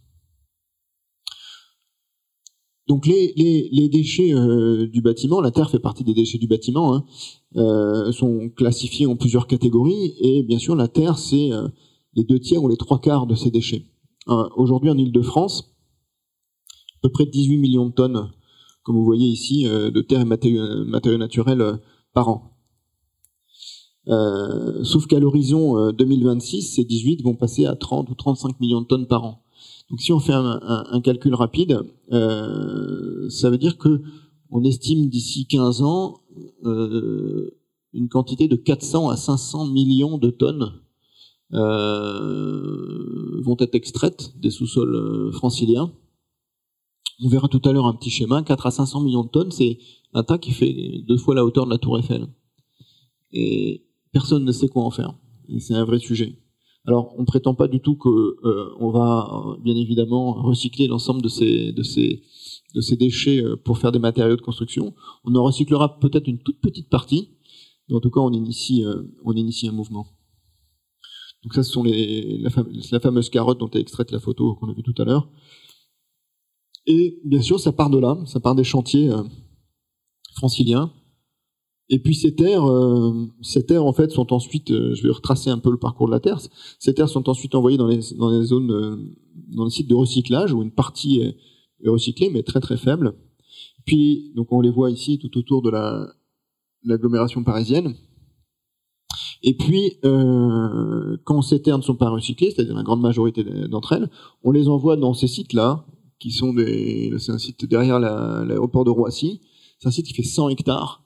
Donc les, les, les déchets euh, du bâtiment, la terre fait partie des déchets du bâtiment, hein, euh, sont classifiés en plusieurs catégories, et bien sûr la terre c'est euh, les deux tiers ou les trois quarts de ces déchets. Euh, aujourd'hui en Île-de-France, à peu près dix-huit millions de tonnes, comme vous voyez ici, euh, de terre et matériaux, matériaux naturels euh, par an. Euh, sauf qu'à l'horizon euh, deux mille vingt-six, ces dix-huit vont passer à trente ou trente-cinq millions de tonnes par an. Donc si on fait un, un, un calcul rapide, euh, ça veut dire que on estime d'ici quinze ans euh, une quantité de quatre cents à cinq cents millions de tonnes euh, vont être extraites des sous-sols franciliens. On verra tout à l'heure un petit schéma, quatre à cinq cents millions de tonnes, c'est un tas qui fait deux fois la hauteur de la Tour Eiffel. Et personne ne sait quoi en faire. Et c'est un vrai sujet. Alors, on ne prétend pas du tout que euh, on va euh, bien évidemment recycler l'ensemble de ces, de ces, de ces déchets euh, pour faire des matériaux de construction. On en recyclera peut-être une toute petite partie, mais en tout cas, on initie, euh, on initie un mouvement. Donc ça, ce sont les, la, fame, la fameuse carotte dont est extraite la photo qu'on a vue tout à l'heure. Et bien sûr, ça part de là, ça part des chantiers euh, franciliens. Et puis ces terres, euh, ces terres en fait sont ensuite, euh, je vais retracer un peu le parcours de la terre. Ces terres sont ensuite envoyées dans les dans les zones, euh, dans les sites de recyclage où une partie est, est recyclée, mais très très faible. Puis donc on les voit ici tout autour de la l'agglomération parisienne. Et puis euh, quand ces terres ne sont pas recyclées, c'est-à-dire la grande majorité d'entre elles, on les envoie dans ces sites-là, qui sont des, c'est un site derrière la, l'aéroport de Roissy. C'est un site qui fait cent hectares.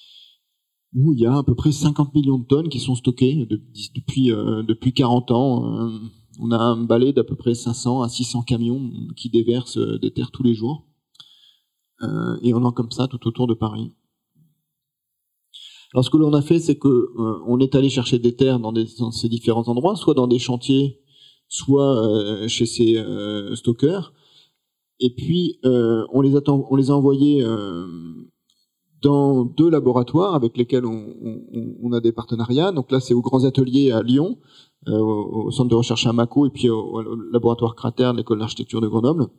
Où il y a à peu près cinquante millions de tonnes qui sont stockées de, depuis, euh, depuis quarante ans. Euh, on a un balai d'à peu près cinq cents à six cents camions qui déversent des terres tous les jours. Euh, et on en a comme ça tout autour de Paris. Alors ce que l'on a fait, c'est que euh, on est allé chercher des terres dans, des, dans ces différents endroits, soit dans des chantiers, soit euh, chez ces euh, stockeurs. Et puis euh, on les a, on les a envoyés euh, dans deux laboratoires avec lesquels on, on, on a des partenariats. Donc là, c'est aux Grands Ateliers à Lyon, euh, au, au centre de recherche à Mâcon, et puis au, au laboratoire Cratère de l'école d'architecture de Grenoble.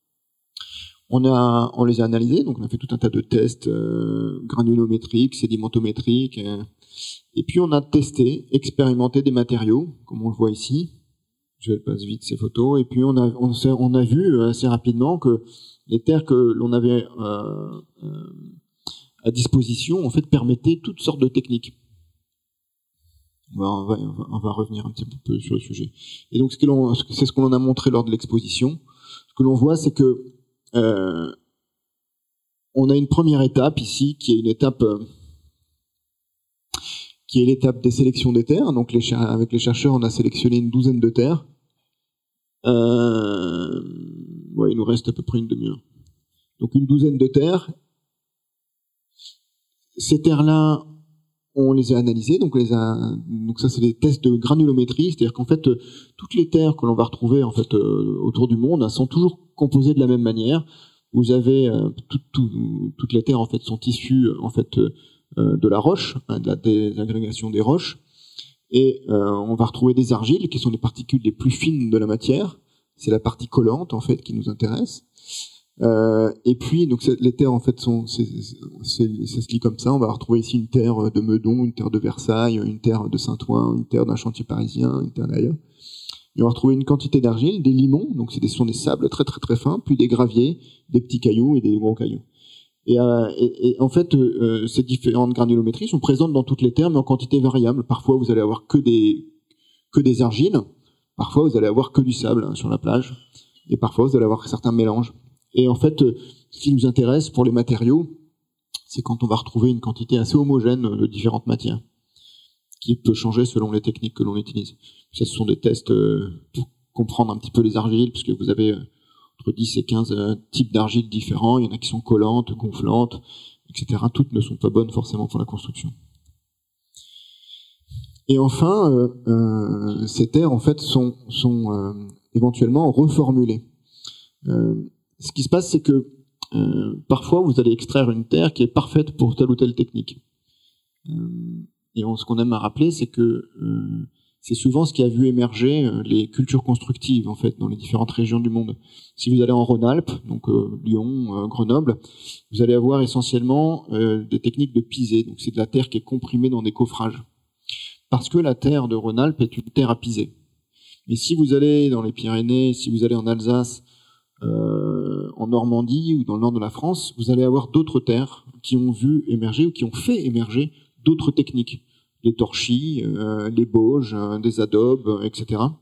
On a, on les a analysés, donc on a fait tout un tas de tests euh, granulométriques, sédimentométriques, euh, et puis on a testé, expérimenté des matériaux, comme on le voit ici. Je passe vite ces photos, et puis on a, on, on a vu assez rapidement que les terres que l'on avait euh, euh, à disposition, en fait, permettait toutes sortes de techniques. On va, on va, on va revenir un petit peu sur le sujet. Et donc, ce que l'on, c'est ce que l'on a montré lors de l'exposition. Ce que l'on voit, c'est que euh, on a une première étape ici, qui est une étape, euh, qui est l'étape des sélections des terres. Donc, les, avec les chercheurs, on a sélectionné une douzaine de terres. Euh, ouais, il nous reste à peu près une demi-heure. Donc, une douzaine de terres. Ces terres-là, on les a analysées, donc, on les a, donc ça c'est des tests de granulométrie, c'est-à-dire qu'en fait toutes les terres que l'on va retrouver en fait euh, autour du monde, elles sont toujours composées de la même manière. vous avez euh, tout, tout, toutes les terres en fait sont issues en fait euh, de la roche, hein, de la désagrégation des roches, et euh, on va retrouver des argiles qui sont les particules les plus fines de la matière. C'est la partie collante en fait qui nous intéresse. Euh, et puis donc les terres en fait sont, c'est, c'est, ça se lit comme ça. On va retrouver ici une terre de Meudon, une terre de Versailles, une terre de Saint-Ouen, une terre d'un chantier parisien, une terre d'ailleurs. Et on va retrouver une quantité d'argile, des limons, donc c'est des, ce sont des sables très très très fins, puis des graviers, des petits cailloux et des gros cailloux. Et, euh, et, et en fait, euh, ces différentes granulométries sont présentes dans toutes les terres, mais en quantité variable. Parfois, vous allez avoir que des que des argiles, parfois vous allez avoir que du sable hein, sur la plage, et parfois vous allez avoir certains mélanges. Et en fait, ce qui nous intéresse pour les matériaux, c'est quand on va retrouver une quantité assez homogène de différentes matières, qui peut changer selon les techniques que l'on utilise. Ça, ce sont des tests pour comprendre un petit peu les argiles, parce que vous avez entre dix et quinze types d'argiles différents. Il y en a qui sont collantes, gonflantes, et cetera. Toutes ne sont pas bonnes forcément pour la construction. Et enfin, euh, euh, ces terres en fait sont, sont euh, éventuellement reformulées. Euh, ce qui se passe, c'est que euh, parfois vous allez extraire une terre qui est parfaite pour telle ou telle technique. Euh, et on, ce qu'on aime à rappeler, c'est que euh, c'est souvent ce qui a vu émerger euh, les cultures constructives en fait dans les différentes régions du monde. Si vous allez en Rhône-Alpes, donc euh, Lyon, euh, Grenoble, vous allez avoir essentiellement euh, des techniques de pisé. Donc c'est de la terre qui est comprimée dans des coffrages. Parce que la terre de Rhône-Alpes est une terre à piser. Mais si vous allez dans les Pyrénées, si vous allez en Alsace, euh, en Normandie ou dans le nord de la France, vous allez avoir d'autres terres qui ont vu émerger ou qui ont fait émerger d'autres techniques. Les torchis, euh, les bauges, euh, des adobes, et cetera.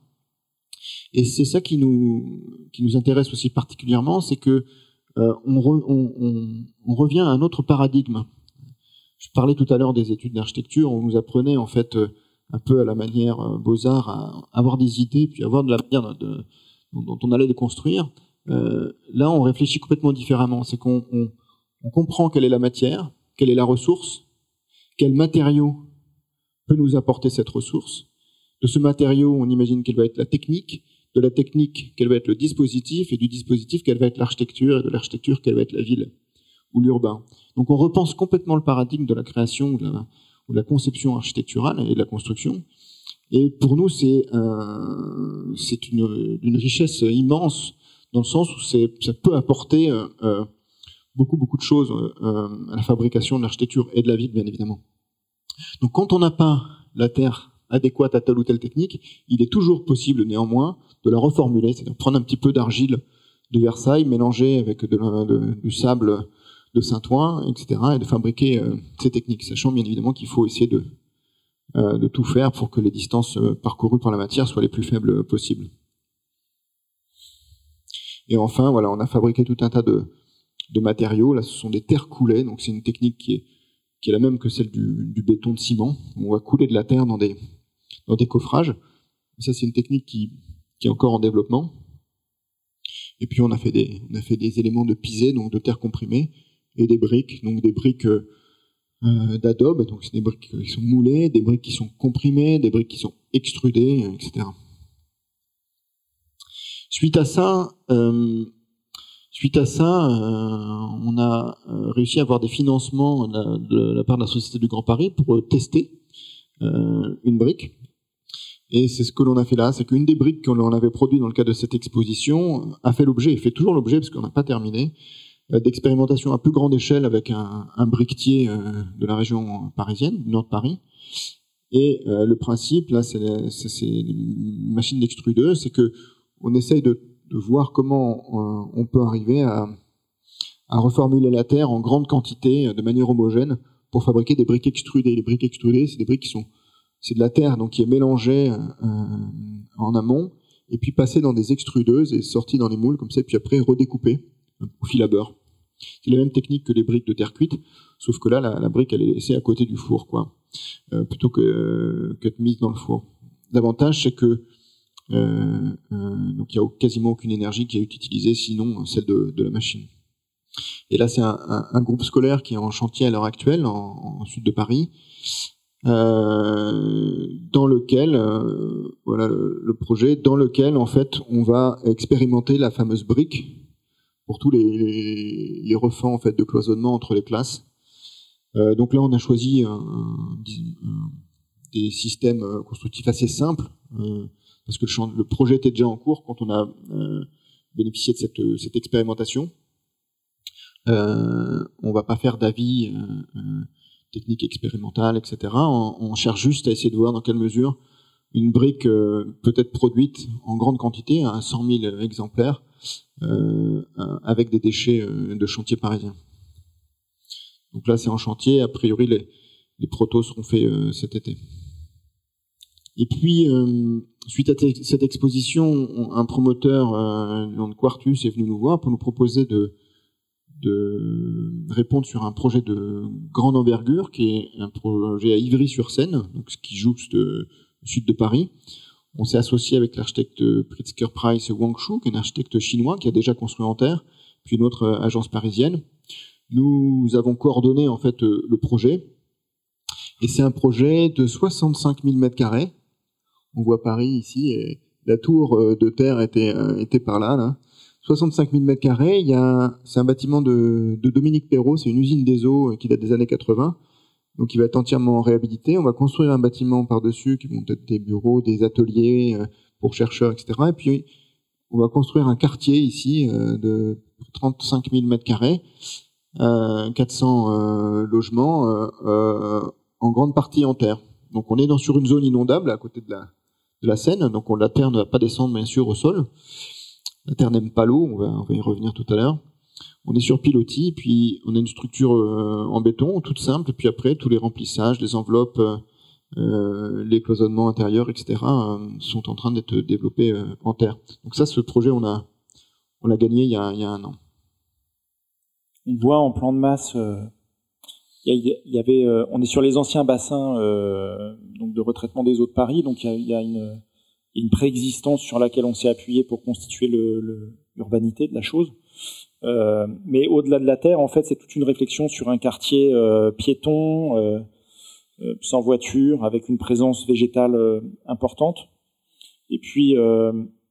Et c'est ça qui nous, qui nous intéresse aussi particulièrement, c'est que euh, on, re, on, on, on revient à un autre paradigme. Je parlais tout à l'heure des études d'architecture, on nous apprenait en fait euh, un peu à la manière euh, Beaux-Arts à avoir des idées, puis à voir de la manière de, de, dont on allait les construire. Euh, là, on réfléchit complètement différemment. C'est qu'on on, on comprend quelle est la matière, quelle est la ressource, quel matériau peut nous apporter cette ressource. De ce matériau, on imagine quelle va être la technique, de la technique, quel va être le dispositif, et du dispositif, quelle va être l'architecture, et de l'architecture, quelle va être la ville ou l'urbain. Donc on repense complètement le paradigme de la création ou de la, ou de la conception architecturale et de la construction. Et pour nous, c'est euh, c'est une, une richesse immense, dans le sens où ça peut apporter euh, beaucoup, beaucoup de choses euh, à la fabrication de l'architecture et de la ville, bien évidemment. Donc quand on n'a pas la terre adéquate à telle ou telle technique, il est toujours possible néanmoins de la reformuler, c'est-à-dire prendre un petit peu d'argile de Versailles, mélanger avec de, de, du sable de Saint-Ouen, et cetera, et de fabriquer euh, ces techniques, sachant bien évidemment qu'il faut essayer de, euh, de tout faire pour que les distances euh, parcourues par la matière soient les plus faibles possibles. Et enfin, voilà, on a fabriqué tout un tas de, de matériaux. Là, ce sont des terres coulées, donc c'est une technique qui est, qui est la même que celle du, du béton de ciment. On va couler de la terre dans des, dans des coffrages. Ça, c'est une technique qui, qui est encore en développement. Et puis, on a fait des, on a fait des éléments de pisé, donc de terre comprimée, et des briques, donc des briques euh, d'adobe, donc c'est des briques qui sont moulées, des briques qui sont comprimées, des briques qui sont extrudées, et cetera. Suite à ça, euh, suite à ça, euh, on a réussi à avoir des financements de, de la part de la Société du Grand Paris pour tester euh, une brique. Et c'est ce que l'on a fait là, c'est qu'une des briques qu'on avait produites dans le cadre de cette exposition a fait l'objet, et fait toujours l'objet, parce qu'on n'a pas terminé, d'expérimentation à plus grande échelle avec un, un briquetier euh, de la région parisienne, du nord de Paris. Et euh, le principe, là, c'est une machine d'extrudeuse, c'est que on essaye de, de voir comment euh, on peut arriver à, à reformuler la terre en grande quantité, de manière homogène, pour fabriquer des briques extrudées. Les briques extrudées, c'est des briques qui sont, c'est de la terre donc qui est mélangée euh, en amont, et puis passée dans des extrudeuses et sortie dans les moules comme ça, et puis après redécoupée au fil à beurre. C'est la même technique que les briques de terre cuite, sauf que là, la, la brique, elle est laissée à côté du four, quoi, euh, plutôt que euh, qu'être mise dans le four. L'avantage, c'est que euh, euh, donc il n'y a quasiment aucune énergie qui est utilisée, sinon celle de, de la machine. Et là, c'est un, un, un groupe scolaire qui est en chantier à l'heure actuelle, en, en sud de Paris, euh, dans lequel, euh, voilà le, le projet, dans lequel en fait, on va expérimenter la fameuse brique pour tous les, les, les refends en fait de cloisonnement entre les classes. Euh, donc là, on a choisi un, un, un, des systèmes constructifs assez simples euh, parce que le, champ, le projet était déjà en cours quand on a euh, bénéficié de cette, cette expérimentation. Euh, on va pas faire d'avis euh, euh, technique expérimentale, et cetera. On, on cherche juste à essayer de voir dans quelle mesure une brique euh, peut être produite en grande quantité, à cent mille exemplaires, euh, avec des déchets euh, de chantier parisien. Donc là, c'est en chantier. A priori, les, les protos seront faits euh, cet été. Et puis, euh, suite à cette exposition, un promoteur euh, du nom de Quartus est venu nous voir pour nous proposer de de répondre sur un projet de grande envergure qui est un projet à Ivry-sur-Seine, donc qui jouxte au sud de Paris. On s'est associé avec l'architecte Pritzker Price Wangshu, qui est un architecte chinois qui a déjà construit en terre, puis une autre agence parisienne. Nous avons coordonné en fait le projet, et c'est un projet de soixante-cinq mille mètres carrés. On voit Paris ici, et la tour de terre était, était par là, là. soixante-cinq mille mètres carrés, il y a, c'est un bâtiment de, de Dominique Perrault, c'est une usine des eaux qui date des années quatre-vingts, donc il va être entièrement réhabilité. On va construire un bâtiment par-dessus qui vont être des bureaux, des ateliers pour chercheurs, et cetera. Et puis on va construire un quartier ici de trente-cinq mille mètres carrés, euh, quatre cents euh, logements, euh, euh, en grande partie en terre. Donc on est dans, sur une zone inondable à côté de la, de la Seine, donc on, la terre ne va pas descendre bien sûr au sol. La terre n'aime pas l'eau, on va, on va y revenir tout à l'heure. On est sur pilotis, puis on a une structure euh, en béton, toute simple, et puis après, tous les remplissages, les enveloppes, euh, les cloisonnements intérieurs, et cetera, euh, sont en train d'être développés euh, en terre. Donc ça, ce projet, on l'a on l'a gagné il y, a, il y a un an. On voit en plan de masse, euh, il y, y avait, euh, on est sur les anciens bassins euh, donc de retraitement des eaux de Paris, donc il y a, il y a une... une préexistence sur laquelle on s'est appuyé pour constituer le, le, l'urbanité de la chose. Euh, mais au-delà de la terre, en fait, c'est toute une réflexion sur un quartier euh, piéton, euh, euh, sans voiture, avec une présence végétale euh, importante. Et puis, il euh,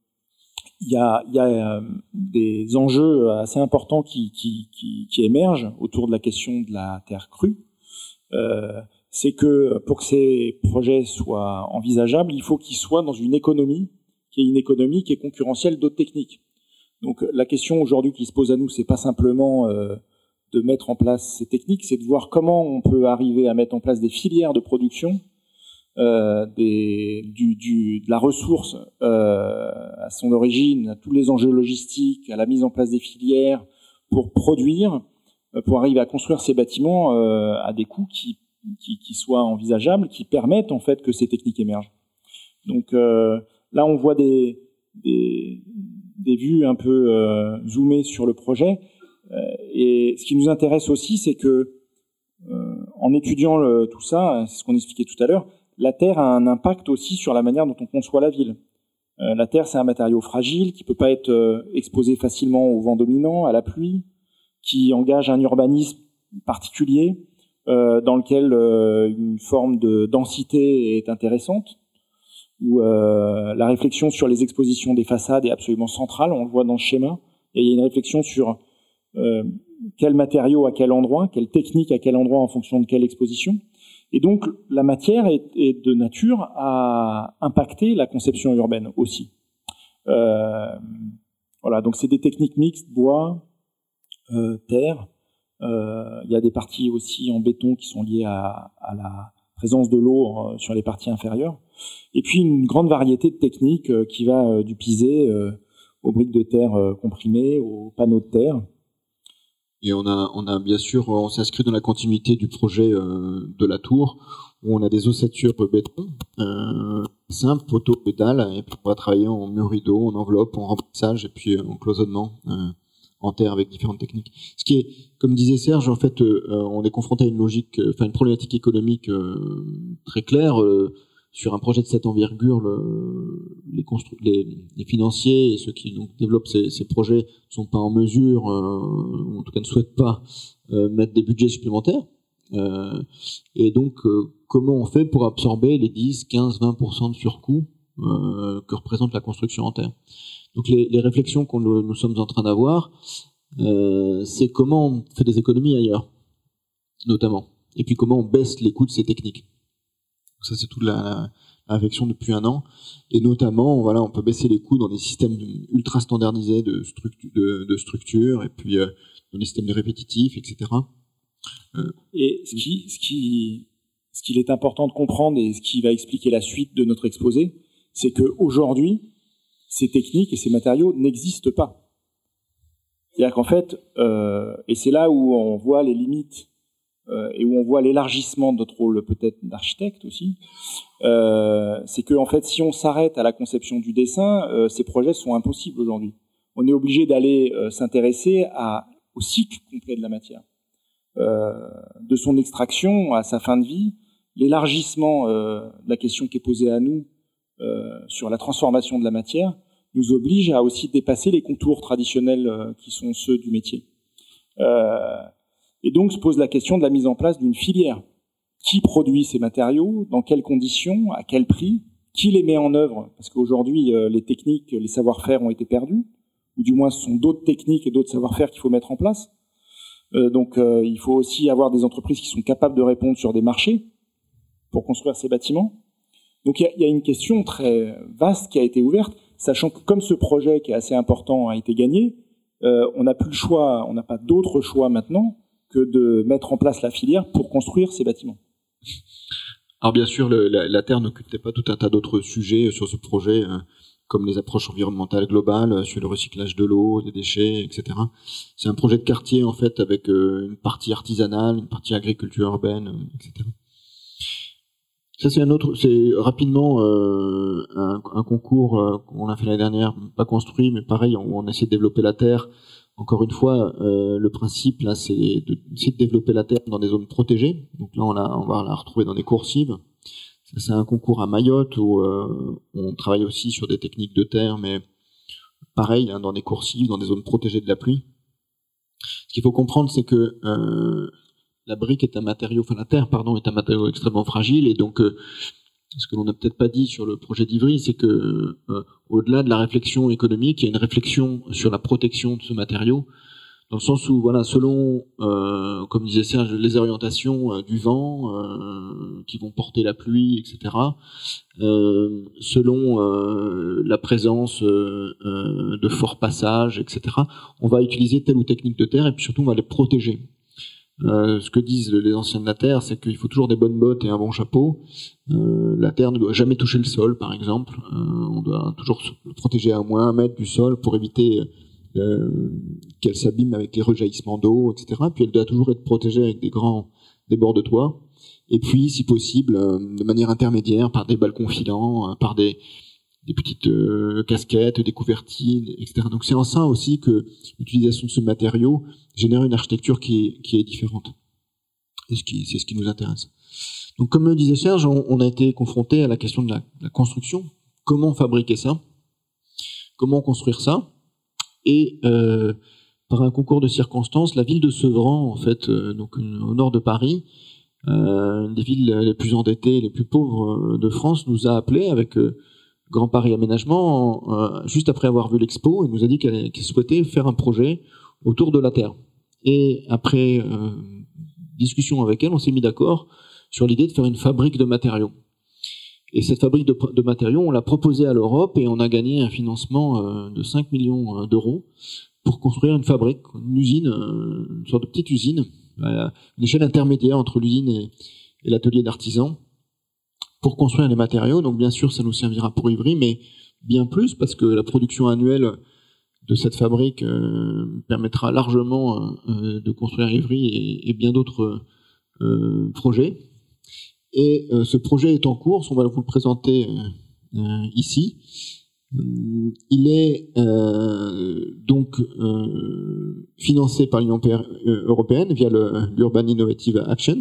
y a, y a euh, des enjeux assez importants qui, qui, qui, qui émergent autour de la question de la terre crue. Euh, c'est que pour que ces projets soient envisageables, il faut qu'ils soient dans une économie qui est une économie qui est concurrentielle d'autres techniques. Donc la question aujourd'hui qui se pose à nous, c'est pas simplement euh, de mettre en place ces techniques, c'est de voir comment on peut arriver à mettre en place des filières de production, euh, des, du, du, de la ressource euh, à son origine, à tous les enjeux logistiques, à la mise en place des filières pour produire, euh, pour arriver à construire ces bâtiments euh, à des coûts qui Qui, qui soient envisageables, qui permettent en fait que ces techniques émergent. Donc euh, là, on voit des, des, des vues un peu euh, zoomées sur le projet. Euh, et ce qui nous intéresse aussi, c'est que euh, en étudiant le, tout ça, c'est ce qu'on expliquait tout à l'heure, la terre a un impact aussi sur la manière dont on conçoit la ville. Euh, la terre, c'est un matériau fragile qui peut pas être euh, exposé facilement au vent dominant, à la pluie, qui engage un urbanisme particulier. Euh, dans lequel euh, une forme de densité est intéressante, où euh, la réflexion sur les expositions des façades est absolument centrale, on le voit dans le schéma, et il y a une réflexion sur euh, quel matériau à quel endroit, quelle technique à quel endroit en fonction de quelle exposition. Et donc la matière est, est de nature à impacter la conception urbaine aussi. Euh, voilà, donc c'est des techniques mixtes, bois, euh, terre. Il euh, y a des parties aussi en béton qui sont liées à, à la présence de l'eau euh, sur les parties inférieures. Et puis une grande variété de techniques euh, qui va euh, du pisé euh, aux briques de terre euh, comprimées, aux panneaux de terre. Et on a, on a bien sûr, on s'inscrit dans la continuité du projet euh, de la tour, où on a des ossature béton, euh, simple, poteau, pédale, et puis on va travailler en mur rideau, en enveloppe, en remplissage, et puis en cloisonnement. Euh, en terre avec différentes techniques. Ce qui est, comme disait Serge, en fait, euh, on est confronté à une logique, enfin euh, une problématique économique euh, très claire. Euh, sur un projet de cette envergure, le, les, constru- les, les financiers et ceux qui donc développent ces, ces projets ne sont pas en mesure, euh, en tout cas ne souhaitent pas euh, mettre des budgets supplémentaires. Euh, et donc, euh, comment on fait pour absorber les dix, quinze, vingt pour cent de surcoût euh, que représente la construction en terre? Donc les, les réflexions que nous, nous sommes en train d'avoir, euh, c'est comment on fait des économies ailleurs, notamment. Et puis comment on baisse les coûts de ces techniques. Ça, c'est toute la, la, la réflexion depuis un an. Et notamment, voilà, on peut baisser les coûts dans des systèmes ultra standardisés de, structu- de, de structure, et puis euh, dans des systèmes de répétitifs, et cetera. Euh, et ce qui, ce qui, ce qu'il est important de comprendre et ce qui va expliquer la suite de notre exposé, c'est qu'aujourd'hui, ces techniques et ces matériaux n'existent pas. C'est-à-dire qu'en fait, euh, et c'est là où on voit les limites euh, et où on voit l'élargissement de notre rôle peut-être d'architecte aussi, euh, c'est que en fait, si on s'arrête à la conception du dessin, euh, ces projets sont impossibles aujourd'hui. On est obligé d'aller euh, s'intéresser à, au cycle complet de la matière, euh, de son extraction à sa fin de vie, l'élargissement euh, de la question qui est posée à nous euh, sur la transformation de la matière nous oblige à aussi dépasser les contours traditionnels euh, qui sont ceux du métier. Euh, et donc se pose la question de la mise en place d'une filière. Qui produit ces matériaux, dans quelles conditions, à quel prix, qui les met en œuvre, parce qu'aujourd'hui euh, les techniques, les savoir-faire ont été perdus, ou du moins ce sont d'autres techniques et d'autres savoir-faire qu'il faut mettre en place. Euh, donc euh, il faut aussi avoir des entreprises qui sont capables de répondre sur des marchés pour construire ces bâtiments. Donc il y, y a une question très vaste qui a été ouverte, sachant que comme ce projet qui est assez important a été gagné, euh, on n'a plus le choix, on n'a pas d'autre choix maintenant que de mettre en place la filière pour construire ces bâtiments. Alors bien sûr, le, la, la Terre n'occupait pas tout un tas d'autres sujets sur ce projet, hein, comme les approches environnementales globales, sur le recyclage de l'eau, des déchets, et cetera. C'est un projet de quartier en fait avec euh, une partie artisanale, une partie agriculture urbaine, euh, et cetera. Ça c'est un autre, c'est rapidement euh, un, un concours euh, qu'on a fait l'année dernière, pas construit, mais pareil, on, on essaie de développer la Terre. Encore une fois, euh, le principe là, c'est de, c'est de développer la Terre dans des zones protégées. Donc là, on, a, on va la retrouver dans des coursives. Ça, c'est un concours à Mayotte où euh, on travaille aussi sur des techniques de terre, mais pareil, hein, dans des coursives, dans des zones protégées de la pluie. Ce qu'il faut comprendre, c'est que euh, la brique est un matériau, enfin la terre, pardon, est un matériau extrêmement fragile, et donc euh, ce que l'on n'a peut-être pas dit sur le projet d'Ivry, c'est que euh, au-delà de la réflexion économique, il y a une réflexion sur la protection de ce matériau, dans le sens où, voilà, selon, euh, comme disait Serge, les orientations euh, du vent euh, qui vont porter la pluie, et cetera, euh, selon euh, la présence euh, euh, de forts passages, et cetera, on va utiliser telle ou technique de terre, et puis surtout on va les protéger. Euh, ce que disent les anciens de la Terre, c'est qu'il faut toujours des bonnes bottes et un bon chapeau. Euh, la Terre ne doit jamais toucher le sol, par exemple. Euh, on doit toujours le protéger à au moins un mètre du sol pour éviter euh, qu'elle s'abîme avec les rejaillissements d'eau, et cetera. Puis elle doit toujours être protégée avec des grands des bords de toit. Et puis, si possible, euh, de manière intermédiaire, par des balcons filants, euh, par des des petites euh, casquettes, des couvertines, et cetera. Donc c'est en ça aussi que l'utilisation de ce matériau génère une architecture qui est, qui est différente. Et ce qui, c'est ce qui nous intéresse. Donc comme le disait Serge, on, on a été confronté à la question de la, de la construction. Comment fabriquer ça? Comment construire ça? Et euh, par un concours de circonstances, la ville de Sevran, en fait, euh, donc une, au nord de Paris, euh, une des villes les plus endettées, les plus pauvres de France, nous a appelés avec euh, Grand Paris Aménagement, euh, juste après avoir vu l'expo, et nous a dit qu'elle, qu'elle souhaitait faire un projet autour de la Terre. Et après euh, discussion avec elle, on s'est mis d'accord sur l'idée de faire une fabrique de matériaux. Et cette fabrique de, de matériaux, on l'a proposée à l'Europe et on a gagné un financement euh, de cinq millions d'euros pour construire une fabrique, une usine, euh, une sorte de petite usine, à une échelle intermédiaire entre l'usine et, et l'atelier d'artisans, pour construire les matériaux. Donc bien sûr, ça nous servira pour Ivry, mais bien plus, parce que la production annuelle de cette fabrique euh, permettra largement euh, de construire Ivry et, et bien d'autres euh, projets. Et euh, ce projet est en cours, on va vous le présenter euh, euh, ici. Euh, il est euh, donc euh, financé par l'Union européenne via le, l'Urban Innovative Actions.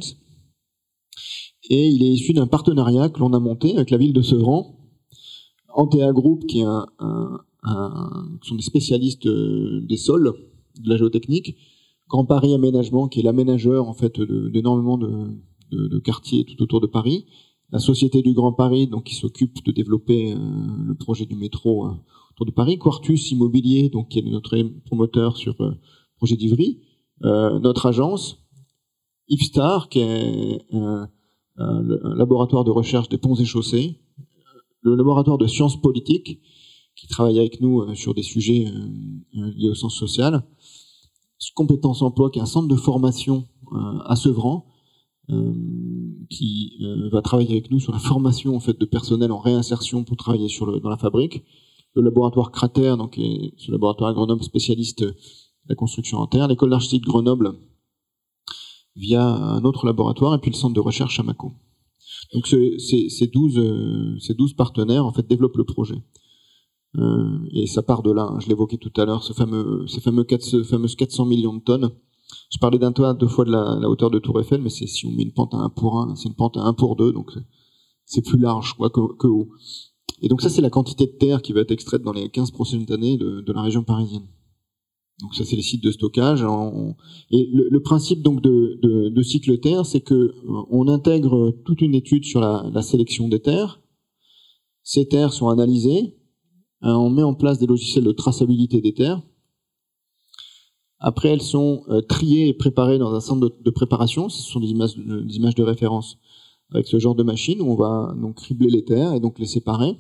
Et il est issu d'un partenariat que l'on a monté avec la ville de Sevran, Antea Group, qui est un, un, un, sont des spécialistes des sols, de la géotechnique, Grand Paris Aménagement, qui est l'aménageur en fait de, d'énormément de, de, de quartiers tout autour de Paris, la Société du Grand Paris, donc qui s'occupe de développer euh, le projet du métro euh, autour de Paris, Quartus Immobilier, donc qui est notre promoteur sur euh, le projet d'Ivry, euh, notre agence, IFSTAR, qui est euh, un, un laboratoire de recherche des ponts et chaussées, le laboratoire de sciences politiques, qui travaille avec nous euh, sur des sujets euh, liés au sens social, Compétences Emploi, qui est un centre de formation euh, à Sevran, euh, qui euh, va travailler avec nous sur la formation en fait de personnel en réinsertion pour travailler sur le, dans la fabrique. Le laboratoire Cratère, donc est ce laboratoire à Grenoble spécialiste de la construction en terre. L'école d'architecture de Grenoble via un autre laboratoire, et puis le centre de recherche à Mako. Donc ce, ces, ces, douze, euh, ces douze partenaires en fait développent le projet. Euh, et ça part de là, hein, je l'évoquais tout à l'heure, ce fameux, ces fameux quatre, ce fameuses quatre cents millions de tonnes. Je parlais d'un toit deux fois de la, la hauteur de Tour Eiffel, mais c'est si on met une pente à un pour un, c'est une pente à un pour deux, donc c'est plus large quoi, que, que haut. Et donc ça, c'est la quantité de terre qui va être extraite dans les quinze prochaines années de, de la région parisienne. Donc ça, c'est les sites de stockage. On, et le, le principe donc de, de, de cycle terre, c'est que on intègre toute une étude sur la, la sélection des terres. Ces terres sont analysées. On met en place des logiciels de traçabilité des terres. Après, elles sont euh, triées et préparées dans un centre de, de préparation. Ce sont des images, des images de référence avec ce genre de machine où on va donc cribler les terres et donc les séparer.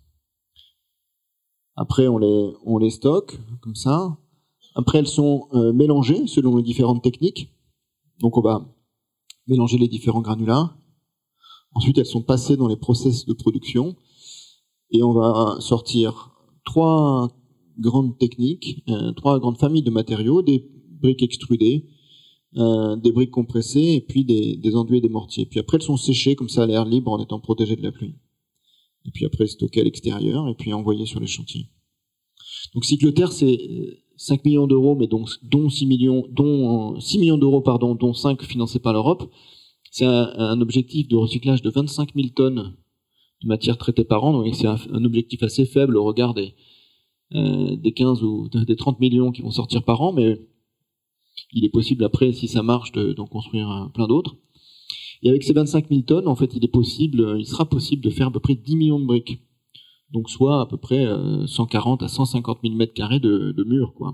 Après, on les, on les stocke comme ça. Après, elles sont euh, mélangées selon les différentes techniques. Donc, on va mélanger les différents granulats. Ensuite, elles sont passées dans les process de production. Et on va sortir trois grandes techniques, euh, trois grandes familles de matériaux, des briques extrudées, euh, des briques compressées, et puis des, des enduits et des mortiers. Puis après, elles sont séchées comme ça à l'air libre en étant protégées de la pluie. Et puis après, stockées à l'extérieur et puis envoyées sur les chantiers. Donc Cycleterre, c'est cinq millions d'euros, mais dont, dont six millions, dont six millions d'euros, pardon, dont cinq financés par l'Europe. C'est un, un objectif de recyclage de vingt-cinq mille tonnes de matière traitée par an, donc c'est un, un objectif assez faible au regard des, euh, des quinze ou des trente millions qui vont sortir par an, mais il est possible après, si ça marche, de, d'en construire plein d'autres. Et avec ces vingt-cinq mille tonnes, en fait, il est possible, il sera possible de faire à peu près dix millions de briques. Donc soit à peu près euh, cent quarante à cent cinquante mille mètres carrés de, de murs, quoi.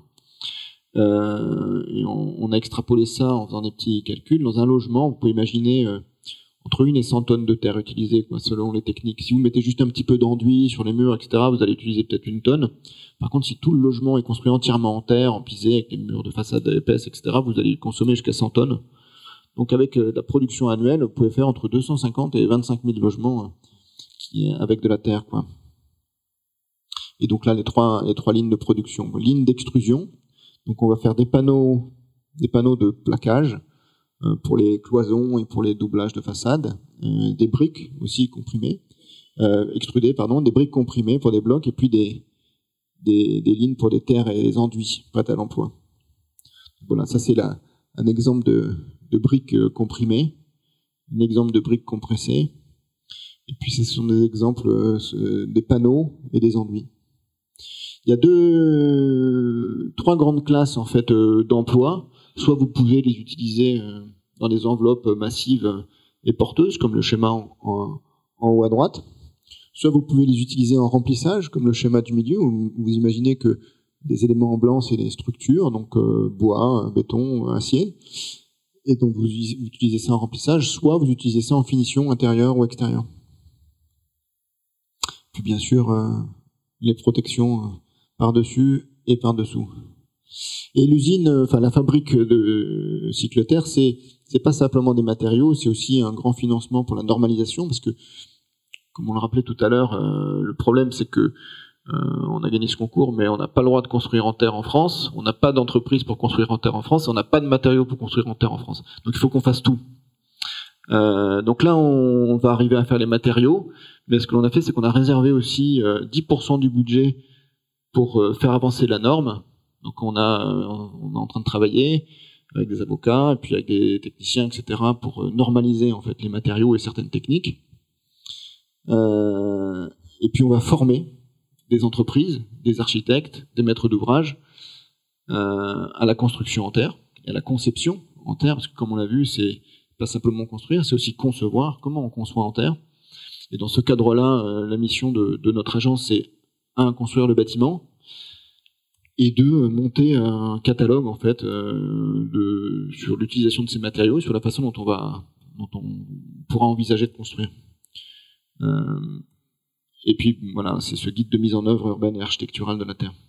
Euh, et on, on a extrapolé ça en faisant des petits calculs. Dans un logement, vous pouvez imaginer euh, entre une et cent tonnes de terre utilisées, quoi, selon les techniques. Si vous mettez juste un petit peu d'enduit sur les murs, et cetera, vous allez utiliser peut-être une tonne. Par contre, si tout le logement est construit entièrement en terre, en pisé, avec des murs de façade épaisse, et cetera, vous allez consommer jusqu'à cent tonnes. Donc avec euh, la production annuelle, vous pouvez faire entre deux cent cinquante et vingt-cinq mille logements euh, qui, avec de la terre, quoi. Et donc là, les trois, les trois lignes de production. Ligne d'extrusion. Donc on va faire des panneaux, des panneaux de plaquage euh, pour les cloisons et pour les doublages de façade, euh, des briques aussi comprimées, euh, extrudées, pardon, des briques comprimées pour des blocs, et puis des, des, des lignes pour des terres et des enduits prêts à l'emploi. Voilà, ça c'est là un exemple de, de briques euh, comprimées, un exemple de briques compressées, et puis ce sont des exemples euh, des panneaux et des enduits. Il y a deux, trois grandes classes en fait euh, d'emploi. Soit vous pouvez les utiliser euh, dans des enveloppes massives et porteuses, comme le schéma en, en, en haut à droite. Soit vous pouvez les utiliser en remplissage, comme le schéma du milieu, où vous imaginez que des éléments en blanc, c'est des structures, donc euh, bois, béton, acier. Et donc vous, vous utilisez ça en remplissage. Soit vous utilisez ça en finition intérieure ou extérieure. Puis bien sûr, euh, les protections euh, par-dessus et par-dessous. Et l'usine, enfin la fabrique de Cycleterre, c'est c'est pas simplement des matériaux, c'est aussi un grand financement pour la normalisation, parce que, comme on le rappelait tout à l'heure, euh, le problème c'est que euh, on a gagné ce concours, mais on n'a pas le droit de construire en terre en France, on n'a pas d'entreprise pour construire en terre en France, et on n'a pas de matériaux pour construire en terre en France. Donc il faut qu'on fasse tout. Euh, donc là, on, on va arriver à faire les matériaux, mais ce que l'on a fait, c'est qu'on a réservé aussi euh, dix pour cent du budget pour euh, faire avancer la norme. Donc on a, on est en train de travailler avec des avocats et puis avec des techniciens, et cetera, pour euh, normaliser en fait les matériaux et certaines techniques. Euh, et puis on va former des entreprises, des architectes, des maîtres d'ouvrage euh, à la construction en terre, et à la conception en terre, parce que comme on l'a vu, c'est pas simplement construire, c'est aussi concevoir comment on conçoit en terre. Et dans ce cadre-là, euh, la mission de, de notre agence, c'est un, construire le bâtiment, et de monter un catalogue en fait euh, de, sur l'utilisation de ces matériaux et sur la façon dont on va dont on pourra envisager de construire. Euh, et puis voilà, c'est ce guide de mise en œuvre urbaine et architecturale de la Terre.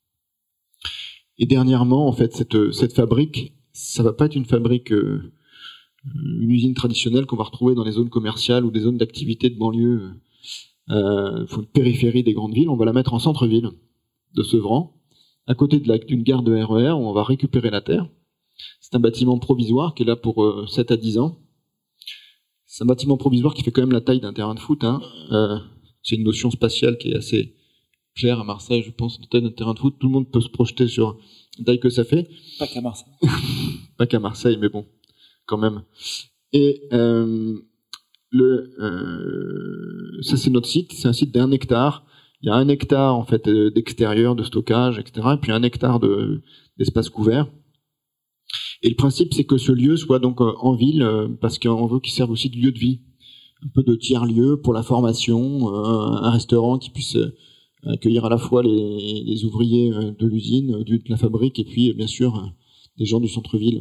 Et dernièrement, en fait, cette, cette fabrique, ça va pas être une fabrique, euh, une usine traditionnelle qu'on va retrouver dans les zones commerciales ou des zones d'activité de banlieue, euh, une périphérie des grandes villes. On va la mettre en centre-ville de Sevran, à côté de la, d'une gare de R E R où on va récupérer la terre. C'est un bâtiment provisoire qui est là pour euh, sept à dix ans. C'est un bâtiment provisoire qui fait quand même la taille d'un terrain de foot. Hein. Euh, c'est une notion spatiale qui est assez claire à Marseille, je pense, la taille d'un terrain de foot. Tout le monde peut se projeter sur la taille que ça fait. Pas qu'à Marseille. Pas qu'à Marseille, mais bon, quand même. Et euh, le, euh, ça, c'est notre site. C'est un site d'un hectare. Il y a un hectare en fait d'extérieur, de stockage, et cetera. Et puis un hectare de, d'espace couvert. Et le principe, c'est que ce lieu soit donc en ville, parce qu'on veut qu'il serve aussi de lieu de vie, un peu de tiers-lieu pour la formation, un restaurant qui puisse accueillir à la fois les, les ouvriers de l'usine, de la fabrique, et puis bien sûr des gens du centre-ville,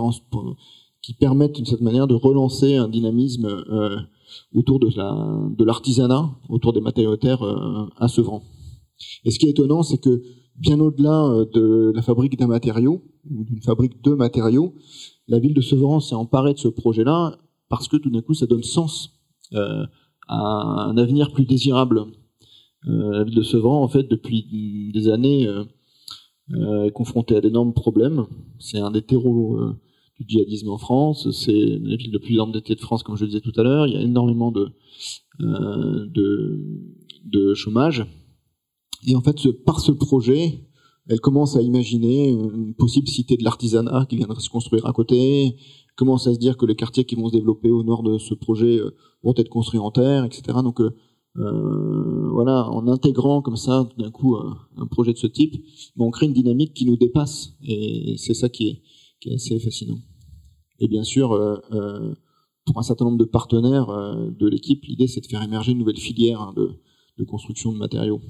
qui permettent d'une certaine manière de relancer un dynamisme euh, autour de, la, de l'artisanat, autour des matériaux terres euh, à Sevran. Et ce qui est étonnant, c'est que bien au-delà de la fabrique d'un matériau, ou d'une fabrique de matériaux, la ville de Sevran s'est emparée de ce projet-là parce que tout d'un coup, ça donne sens euh, à un avenir plus désirable. Euh, la ville de Sevran, en fait, depuis des années, euh, euh, est confrontée à d'énormes problèmes. C'est un des terreaux euh, du djihadisme en France, c'est la ville la plus endettée de France, comme je le disais tout à l'heure. Il y a énormément de, euh, de, de chômage. Et en fait, ce, par ce projet, elle commence à imaginer une possible cité de l'artisanat qui viendrait se construire à côté, commence à se dire que les quartiers qui vont se développer au nord de ce projet vont être construits en terre, et cetera. Donc euh, voilà, en intégrant comme ça, tout d'un coup, un, un projet de ce type, on crée une dynamique qui nous dépasse. Et c'est ça qui est, qui est assez fascinant. Et bien sûr, euh, euh, pour un certain nombre de partenaires euh, de l'équipe, l'idée c'est de faire émerger une nouvelle filière hein, de, de construction de matériaux.